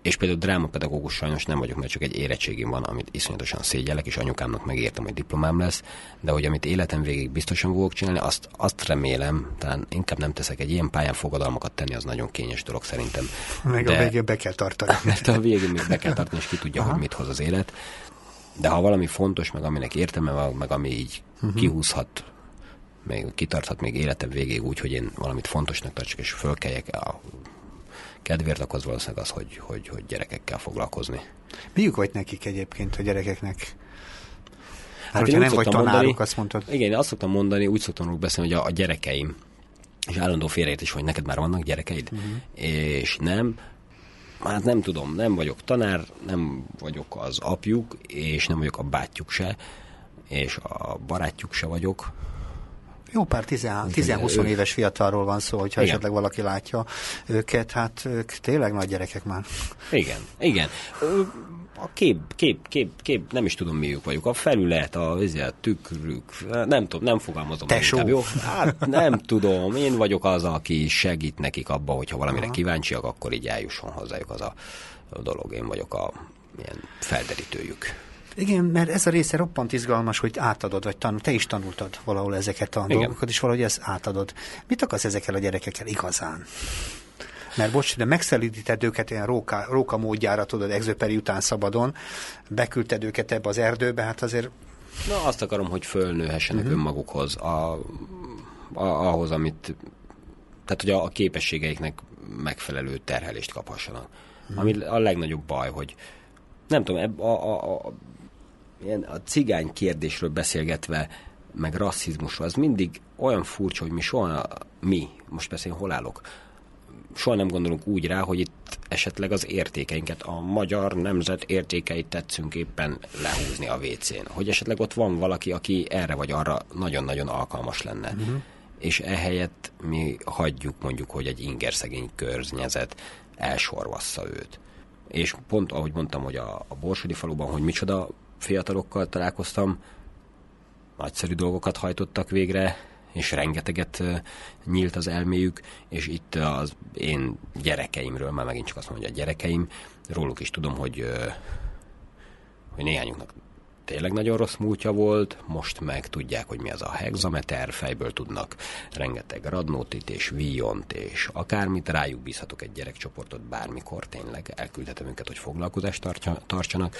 És például drámapedagógus sajnos nem vagyok, mert csak egy érettségim van, amit iszonyatosan szégyellek, és anyukámnak megértem, hogy diplomám lesz, de hogy amit életem végig biztosan fogok csinálni, azt remélem, talán inkább nem teszek egy ilyen pályán fogadalmakat tenni, az nagyon kényes dolog szerintem. Meg a végén be kell tartani. Mert a végén még be kell tartani, és ki tudja, hogy mit hoz az élet. De ha valami fontos, meg aminek értelme, meg ami így kihúzhat, még kitarthat még életem végéig úgy, hogy én valamit fontosnak tartsak, és fölkeljek a kedvéért, akkor az valószínűleg az, hogy gyerekekkel foglalkozni. Miük vagy nekik egyébként a gyerekeknek? Hát hogyha nem vagy tanáruk, azt mondtad. Igen, én azt szoktam mondani, úgy szoktam róluk beszélni, hogy a gyerekeim, és állandó félreértés, hogy neked már vannak gyerekeid, és nem, hát nem tudom, nem vagyok tanár, nem vagyok az apjuk, és nem vagyok a bátyjuk se, és a barátjuk se vagyok. Jó pár 10-20 éves fiatalról van szó, hogyha igen. Esetleg valaki látja őket, hát ők tényleg nagy gyerekek már. Igen. A kép, nem is tudom miük vagyok. A felület, a tükrük, nem tudom, nem fogalmazom. Tesó. Jó? Hát nem tudom, én vagyok az, aki segít nekik abba, hogyha valamire kíváncsiak, akkor így eljusson hozzájuk az a dolog. Én vagyok a ilyen felderítőjük. Igen, mert ez a része roppant izgalmas, hogy átadod, vagy te is tanultad valahol ezeket a dolgokat, és valahogy ezt átadod. Mit akarsz ezekkel a gyerekekkel igazán? Mert bocs, de megszelítetted őket ilyen róka módjára, tudod, Exupéry után szabadon, beküldted őket ebbe az erdőbe, hát azért... Na, azt akarom, hogy fölnőhessenek önmagukhoz, ahhoz, amit... Tehát, hogy a képességeiknek megfelelő terhelést kaphassanak. Ami a legnagyobb baj, hogy nem tudom, a cigány kérdésről beszélgetve, meg rasszizmusról, az mindig olyan furcsa, hogy most persze én hol állok, soha nem gondolunk úgy rá, hogy itt esetleg az értékeinket, a magyar nemzet értékeit tetszünk éppen lehúzni a WC-n. Hogy esetleg ott van valaki, aki erre vagy arra nagyon-nagyon alkalmas lenne. És ehelyett mi hagyjuk mondjuk, hogy egy ingerszegény környezet elsorvassza őt. És pont ahogy mondtam, hogy a Borsodi faluban, hogy micsoda fiatalokkal találkoztam, nagyszerű dolgokat hajtottak végre, és rengeteget nyílt az elméjük, és itt az én gyerekeimről, már megint csak azt mondom, hogy a gyerekeim, róluk is tudom, hogy néhányuknak tényleg nagyon rossz múltja volt, most meg tudják, hogy mi az a hexameter, fejből tudnak rengeteg radnótit és víjont, és akármit, rájuk bízhatok egy gyerekcsoportot bármikor, tényleg elküldhetem őket, hogy foglalkozást tartsanak,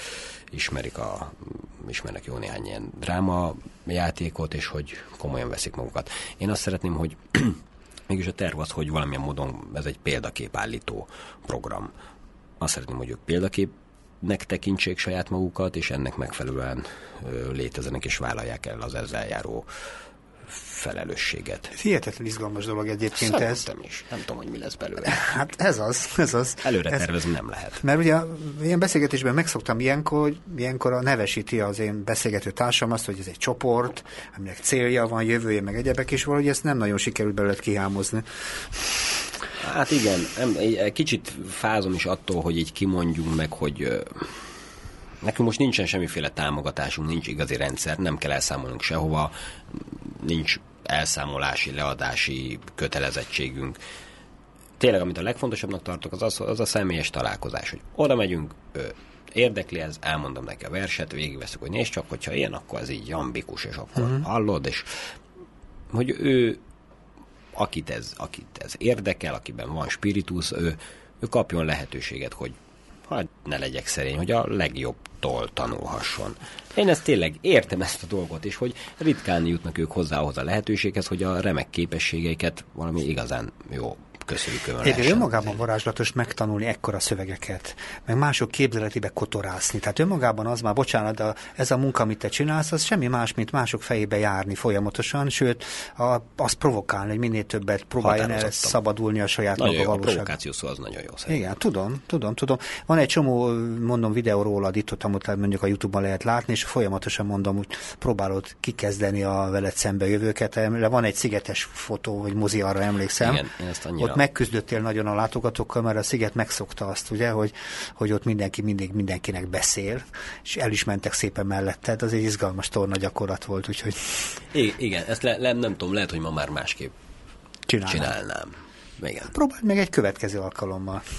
ismernek jó néhány ilyen drámajátékot, és hogy komolyan veszik magukat. Én azt szeretném, hogy mégis a terv az, hogy valamilyen módon ez egy példaképállító program. Azt szeretném, hogy ők példaképnek tekintsék saját magukat, és ennek megfelelően létezzenek és vállalják el az ezzel járó felelősséget. Hihetetlen izgalmas dolog egyébként ez. Szerintem is. Nem tudom, hogy mi lesz belőle. Hát ez az. Előre tervezni nem lehet. Mert ugye ilyen beszélgetésben megszoktam ilyenkor nevesíti az én beszélgető társam azt, hogy ez egy csoport, aminek célja van, jövője, meg egyebek, és valahogy ezt nem nagyon sikerült belőle kihámozni. Hát igen, kicsit fázom is attól, hogy így kimondjunk meg, hogy nekünk most nincsen semmiféle támogatásunk, nincs igazi rendszer, nem kell elszámolnunk sehova, nincs elszámolási, leadási kötelezettségünk. Tényleg, amit a legfontosabbnak tartok, az a személyes találkozás, hogy oda megyünk, érdekli ez, elmondom neki a verset, végigveszünk, hogy nézd csak, hogyha ilyen, akkor ez így jambikus, és akkor hallod, és hogy ő, akit ez érdekel, akiben van spiritus, ő kapjon lehetőséget, hogy ne legyek szerény, hogy a legjobbtól tanulhasson. Én ezt tényleg értem ezt a dolgot, és hogy ritkán jutnak ők hozzá ahhoz a lehetőséghez, hogy a remek képességeiket valami igazán jó köszönjük Egyébként önmagában varázslatos megtanulni ekkora szövegeket, meg mások képzeletébe kotorászni. Tehát önmagában az már, bocsánat, de ez a munka, amit te csinálsz, az semmi más, mint mások fejébe járni folyamatosan, sőt, azt provokálni, hogy minél többet próbáljon el szabadulni a saját maga valóság. A provokáció szó az nagyon jó szerintem. Igen, tudom. Van egy csomó, mondom, videó róla itt, amit mondjuk a YouTube-on lehet látni, és folyamatosan mondom, hogy próbálod kikezdeni a veled szembe jövőket. Van egy szigetes fotó, vagy mozi, arra emlékszem. Igen, én ezt annyira... Ott megküzdöttél nagyon a látogatókkal, mert a sziget megszokta azt, ugye, hogy ott mindenki mindig mindenkinek beszél, és el is mentek szépen melletted. Az egy izgalmas torna gyakorlat volt, úgyhogy... Igen, ezt nem tudom, lehet, hogy ma már másképp csinálnám. Igen. Próbáld meg egy következő alkalommal.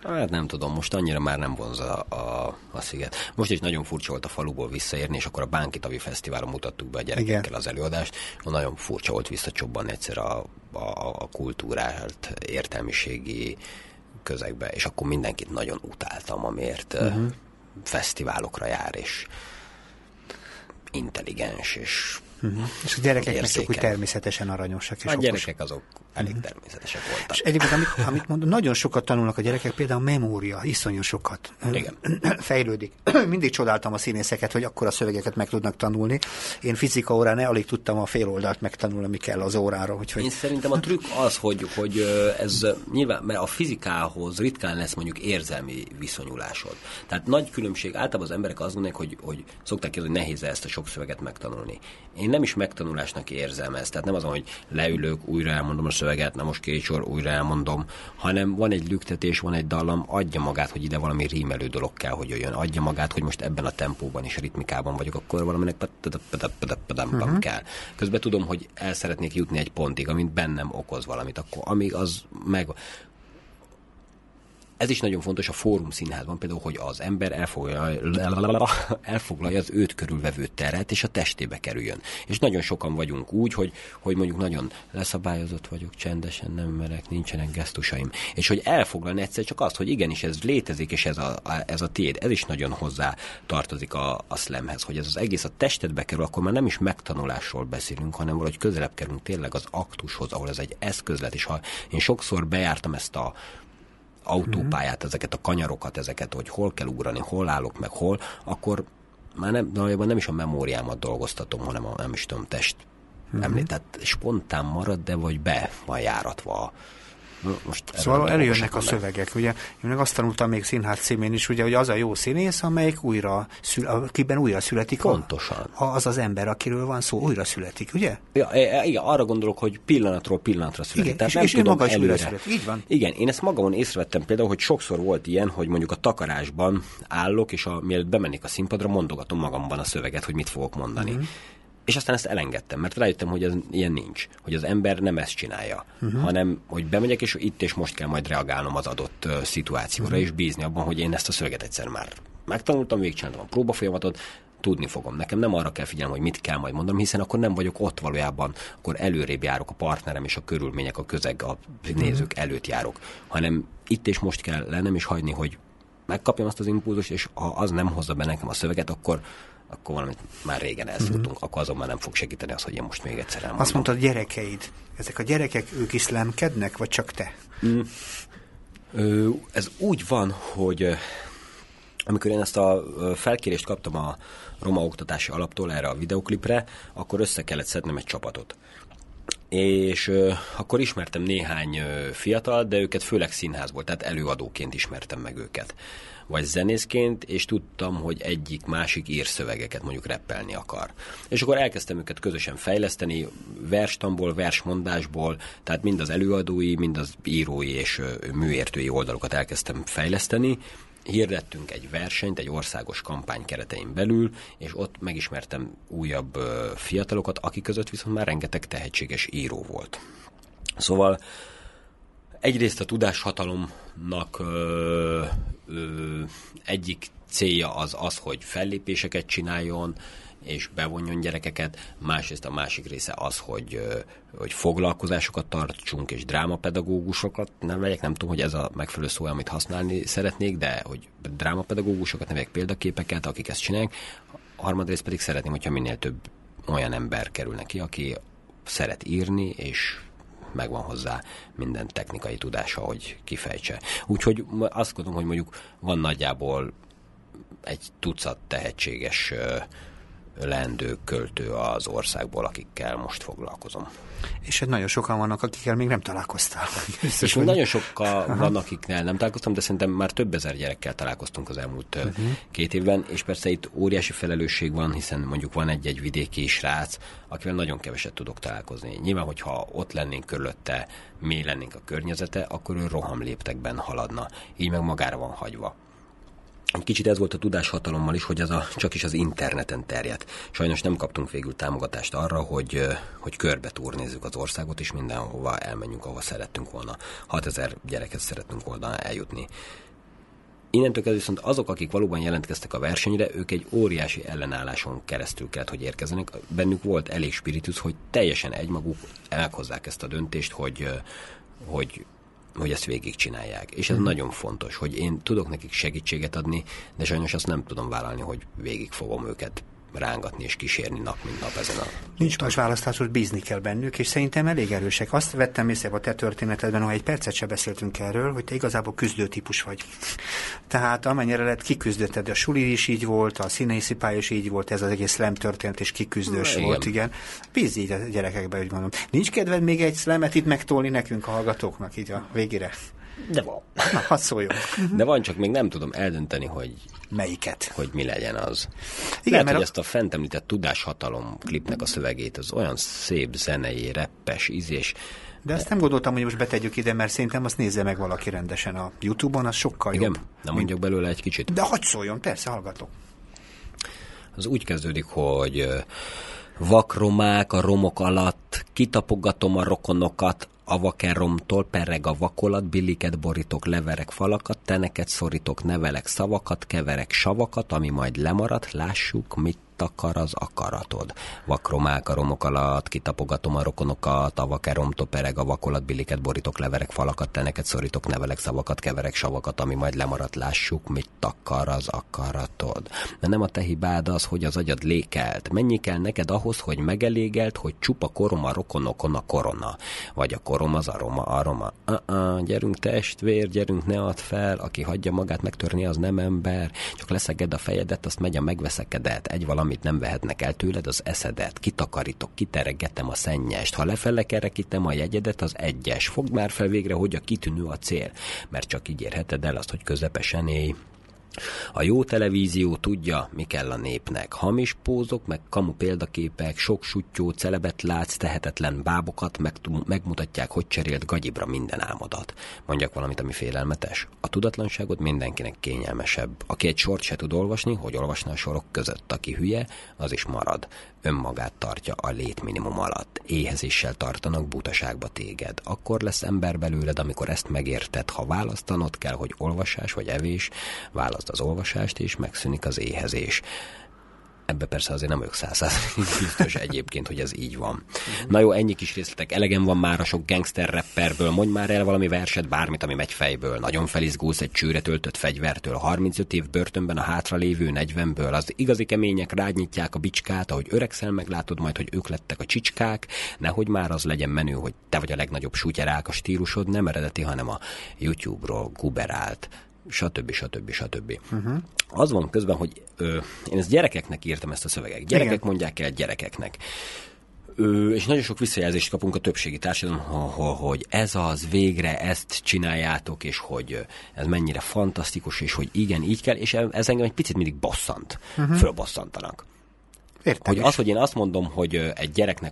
Hát nem tudom, most annyira már nem vonza a sziget. Most is nagyon furcsa volt a faluból visszaérni, és akkor a Bánki Tavi Fesztiválon mutattuk be a gyerekekkel igen. az előadást. Nagyon furcsa volt visszacsobbanni egyszer a kultúrált értelmiségi közegbe, és akkor mindenkit nagyon utáltam, amért fesztiválokra jár, és intelligens, és és a gyerekek meg csak úgy természetesen aranyosak. És a gyerekek azok elég természetesek voltak. És egyébként, amit mondom, nagyon sokat tanulnak a gyerekek, például a memória, iszonyú sokat fejlődik. Mindig csodáltam a színészeket, hogy akkora szövegeket meg tudnak tanulni. Én fizika órán alig tudtam a fél oldalt megtanulni, ami kell az órára. Úgyhogy... Én szerintem a trükk az, hogy ez nyilván, mert a fizikához ritkán lesz mondjuk érzelmi viszonyulásod. Tehát nagy különbség, általában az emberek azt gondolják, hogy szokták kérdezni, hogy nehéz ezt a sok szöveget megtanulni. Én nem is megtanulásnak érzem ezt. Tehát nem azon, hogy leülök, újra elmondom a szöveget, na most két sor, újra elmondom, hanem van egy lüktetés, van egy dallam, adja magát, hogy ide valami rímelő dolog kell, hogy jöjjön. Adja magát, hogy most ebben a tempóban és a ritmikában vagyok, akkor valaminek kell. Közben tudom, hogy el szeretnék jutni egy pontig, amit bennem okoz valamit, akkor amíg az meg... Ez is nagyon fontos a Fórum Színházban, például, hogy az ember elfoglalja az őt körülvevő teret, és a testébe kerüljön. És nagyon sokan vagyunk úgy, hogy mondjuk nagyon leszabályozott vagyok, csendesen nem merek, nincsenek gesztusaim. És hogy elfoglalni egyszer csak azt, hogy igenis ez létezik, és ez a tiéd, ez is nagyon hozzá tartozik a slamhez, hogy ez az egész a testedbe kerül, akkor már nem is megtanulásról beszélünk, hanem valahogy közelebb kerülünk tényleg az aktushoz, ahol ez egy eszközlet, és ha én sokszor bejártam ezt a autópályát, ezeket a kanyarokat, ezeket, hogy hol kell ugrani, hol állok meg, hol, akkor már nem is a memóriámat dolgoztatom, hanem nem is tudom, test említ. Tehát spontán marad, de vagy be van járatva. Most szóval előjönnek a szövegek, ugye? Én meg azt tanultam még Színház címén is, ugye, hogy az a jó színész, amelyik akiben újra születik. Pontosan. Az az ember, akiről van szó, újra születik, ugye? Ja, igen, arra gondolok, hogy pillanatról pillanatra születik. Igen, tehát és ő maga is újra születik. Így van. Igen, én ezt magamon észrevettem például, hogy sokszor volt ilyen, hogy mondjuk a takarásban állok, és mielőtt bemennék a színpadra, mondogatom magamban a szöveget, hogy mit fogok mondani. És aztán ezt elengedtem, mert rájöttem, hogy ez ilyen nincs. Hogy az ember nem ezt csinálja, hanem hogy bemegyek, és itt és most kell majd reagálnom az adott szituációra, és bízni abban, hogy én ezt a szöveget egyszer már megtanultam, végigcsináltam a próbafolyamatot, tudni fogom. Nekem nem arra kell figyelnem, hogy mit kell majd mondanom, hiszen akkor nem vagyok ott valójában, akkor előrébb járok, a partnerem és a körülmények, a közeg, a nézők előtt járok, hanem itt és most kell lennem, és hagyni, hogy megkapjam azt az impulzust, és ha az nem hozza be nekem a szöveget, akkor valamit már régen elszúrtunk, akkor azon már nem fog segíteni az, hogy én most még egyszer elmondom. Azt mondtad, gyerekeid. Ezek a gyerekek, ők is szlemkednek, vagy csak te? Ez úgy van, hogy amikor én ezt a felkérést kaptam a Roma Oktatási Alaptól erre a videoklipre, akkor össze kellett szednem egy csapatot. És akkor ismertem néhány fiatal, de őket főleg színházból, tehát előadóként ismertem meg őket. Vagy zenészként, és tudtam, hogy egyik-másik ír szövegeket mondjuk rappelni akar. És akkor elkezdtem őket közösen fejleszteni, verstamból, versmondásból, tehát mind az előadói, mind az írói és műértői oldalokat elkezdtem fejleszteni. Hirdettünk egy versenyt, egy országos kampány keretein belül, és ott megismertem újabb fiatalokat, akik között viszont már rengeteg tehetséges író volt. Szóval egyrészt a tudáshatalomnak egyik célja az, hogy fellépéseket csináljon, és bevonjon gyerekeket, másrészt a másik része az, hogy foglalkozásokat tartsunk, és drámapedagógusokat neveljek, nem tudom, hogy ez a megfelelő szó, amit használni szeretnék, de hogy drámapedagógusokat neveljek, példaképeket, akik ezt csinálják. Harmadrészt pedig szeretném, hogyha minél több olyan ember kerül neki, aki szeret írni, és megvan hozzá minden technikai tudása, hogy kifejtse. Úgyhogy azt gondolom, hogy mondjuk van nagyjából egy tucat tehetséges leendő költő az országból, akikkel most foglalkozom. És nagyon sokan vannak, akikkel még nem találkoztál. És nagyon sokan van, akiknél nem találkoztam, de szerintem már több ezer gyerekkel találkoztunk az elmúlt 2 évben, és persze itt óriási felelősség van, hiszen mondjuk van egy vidéki srác, akivel nagyon keveset tudok találkozni. Nyilván, hogyha ott lennénk körülötte, mi lennénk a környezete, akkor ő rohamléptekben haladna. Így meg magára van hagyva. Egy kicsit ez volt a tudáshatalommal is, hogy ez csak is az interneten terjedt. Sajnos nem kaptunk végül támogatást arra, hogy körbe turnézzük az országot, és mindenhova elmenjünk, ahova szerettünk volna. 6000 gyereket szerettünk volna eljutni. Innentől kezdve viszont azok, akik valóban jelentkeztek a versenyre, ők egy óriási ellenálláson keresztül kellett, hogy érkezzenek. Bennük volt elég spiritus, hogy teljesen egymaguk meghozzák ezt a döntést, hogy ezt végigcsinálják. És ez nagyon fontos, hogy én tudok nekik segítséget adni, de sajnos azt nem tudom vállalni, hogy végig fogom őket rángatni és kísérni nap, mint nap ezen a... Nincs más választás, hogy bízni kell bennük, és szerintem elég erősek. Azt vettem észre a te történetedben, ha egy percet se beszéltünk erről, hogy te igazából küzdő típus vagy. Tehát amennyire lehet, kiküzdötted, a suli is így volt, a színészi pálya is így volt, ez az egész slam történet és kiküzdős volt, igen. Bízz így a gyerekekbe, úgy mondom. Nincs kedved még egy slamet itt megtolni nekünk a hallgatóknak így a végére? De van. Na, hadd szóljon. De van, csak még nem tudom eldönteni, hogy melyiket? Hogy mi legyen az. Igen, lehet, hogy ezt a fent említett Tudáshatalom klipnek a szövegét, az olyan szép zenei, reppes, ízés. De azt nem gondoltam, hogy most betegyük ide, mert szerintem azt nézze meg valaki rendesen a YouTube-on, az sokkal igen? jobb. Igen? Nem mondjuk belőle egy kicsit? De hadd szóljon, persze, hallgatok. Az úgy kezdődik, hogy vakromák a romok alatt, kitapogatom a rokonokat, a vakeromtól perreg a vakolat, billiket borítok, leverek falakat, teneket szorítok, nevelek szavakat, keverek savakat, ami majd lemaradt, lássuk, mit akar az akaratod. Vakromák a romok alatt, kitapogatom a rokonokat, a vakeromtól pereg a vakolat, billiket borítok, leverek falakat, teneket szorítok, nevelek szavakat, keverek savakat, ami majd lemaradt, lássuk, mit akar az akaratod. De nem a te hibád az, hogy az agyad lékelt. Mennyi kell neked ahhoz, hogy megelégelt, hogy csupa korom a rokonokon a korona. Vagy a korom az aroma. Gyerünk testvér, gyerünk, ne add fel, aki hagyja magát megtörni, az nem ember. Csak leszeged a fejedet, azt megy a megveszekedet. Egy valamit nem vehetnek el tőled, az eszedet. Kitakarítok, kiteregetem a szennyest. Ha lefele kerekítem a jegyedet, az egyes. Fogd már fel végre, hogy a kitűnő a cél. Mert csak így érheted el azt, hogy közepesen élj. A jó televízió tudja, mi kell a népnek. Hamis pózok, meg kamu példaképek, sok suttyó, celebet látsz, tehetetlen bábokat, megmutatják, hogy cserélt gagyibra minden álmodat. Mondjak valamit, ami félelmetes. A tudatlanságod mindenkinek kényelmesebb. Aki egy sort se tud olvasni, hogy olvasna a sorok között. Aki hülye, az is marad. Önmagát tartja a létminimum alatt. Éhezéssel tartanak butaságba téged. Akkor lesz ember belőled, amikor ezt megérted. Ha választanod kell, hogy olvasás vagy evés, válaszd az olvasást, és megszűnik az éhezés. Ebbe persze azért nem ők 100% biztos egyébként, hogy ez így van. Na jó, ennyi kis részletek. Elegem van már a sok gangster rapperből. Mondj már el valami verset, bármit, ami megy fejből. Nagyon felizgulsz egy csőre töltött fegyvertől. 35 év börtönben a hátralévő 40-ből. Az igazi kemények rád nyitják a bicskát, ahogy öregszel, meglátod majd, hogy ők lettek a csicskák. Nehogy már az legyen menő, hogy te vagy a legnagyobb sutyerák, a stílusod nem eredeti, hanem a YouTube-ról guberált. Stb. Az van közben, hogy én ezt gyerekeknek írtam ezt a szöveget. Gyerekek igen. Mondják el gyerekeknek. És nagyon sok visszajelzést kapunk a többségi társadalom, hogy ez az, végre ezt csináljátok, és hogy ez mennyire fantasztikus, és hogy igen, így kell, és ez engem egy picit mindig bosszant, fölbosszantanak. Hogy az, hogy én azt mondom, hogy egy gyereknek,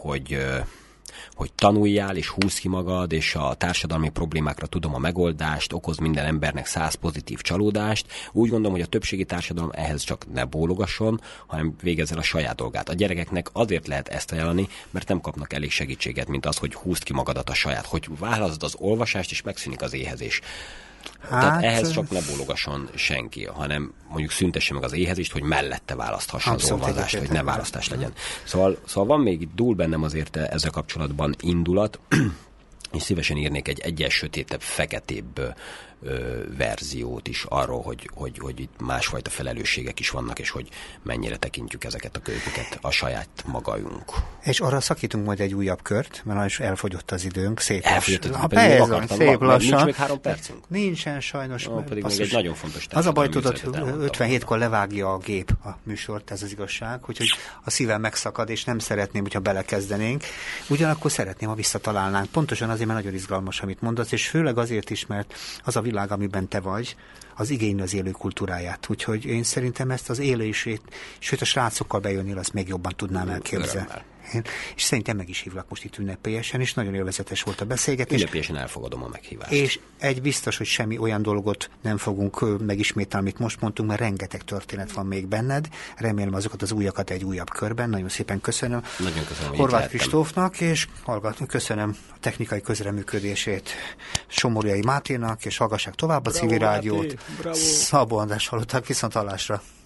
hogy tanuljál, és húzz ki magad, és a társadalmi problémákra tudom a megoldást, okoz minden embernek 100 pozitív csalódást. Úgy gondolom, hogy a többségi társadalom ehhez csak ne bólogasson, hanem végezzen a saját dolgát. A gyerekeknek azért lehet ezt ajánlani, mert nem kapnak elég segítséget, mint az, hogy húzd ki magadat a saját, hogy válaszd az olvasást, és megszűnik az éhezés. Tehát ehhez csak ne bólogasson senki, hanem mondjuk szüntesse meg az éhezést, hogy mellette választhassa az olvasást, hogy ne választás legyen. Szóval van még itt dúl bennem azért ezzel kapcsolatban indulat, és szívesen írnék egy egyes sötétebb, feketébb verziót is arról, hogy itt másfajta felelősségek is vannak, és hogy mennyire tekintjük ezeket a könyveket a saját magunk. És arra szakítunk majd egy újabb kört, mert is elfogyott az időnk, szép lassan. Szép lassan. Nincs még 3 percünk? Nincsen sajnos. Pedig még egy nagyon fontos az a baj, tudod, 57-kor levágja a gép a műsort, ez az igazság, úgyhogy a szívem megszakad, és nem szeretném, hogyha belekezdenénk. Ugyanakkor szeretném, ha visszatalálnánk. Pontosan azért, mert nagyon izgalmas, amit mondasz, és főleg azért is, mert az a világ, amiben te vagy, az igényli az élő kultúráját. Úgyhogy én szerintem ezt az élését, sőt a srácokkal bejönnél, azt még jobban tudnám elképzelni. És szerintem meg is hívlak most itt ünnepélyesen, és nagyon élvezetes volt a beszélgetés. Ünnepélyesen elfogadom a meghívást. És egy biztos, hogy semmi olyan dolgot nem fogunk megismételni, amit most mondtunk, mert rengeteg történet van még benned. Remélem azokat az újakat egy újabb körben. Nagyon szépen köszönöm. Nagyon köszönöm, Horváth Kristófnak, és köszönöm a technikai közreműködését Somorjai Máténak, és hallgassák tovább a Civil Rádiót. Bravo. Szabó András hallották, viszont hallásra.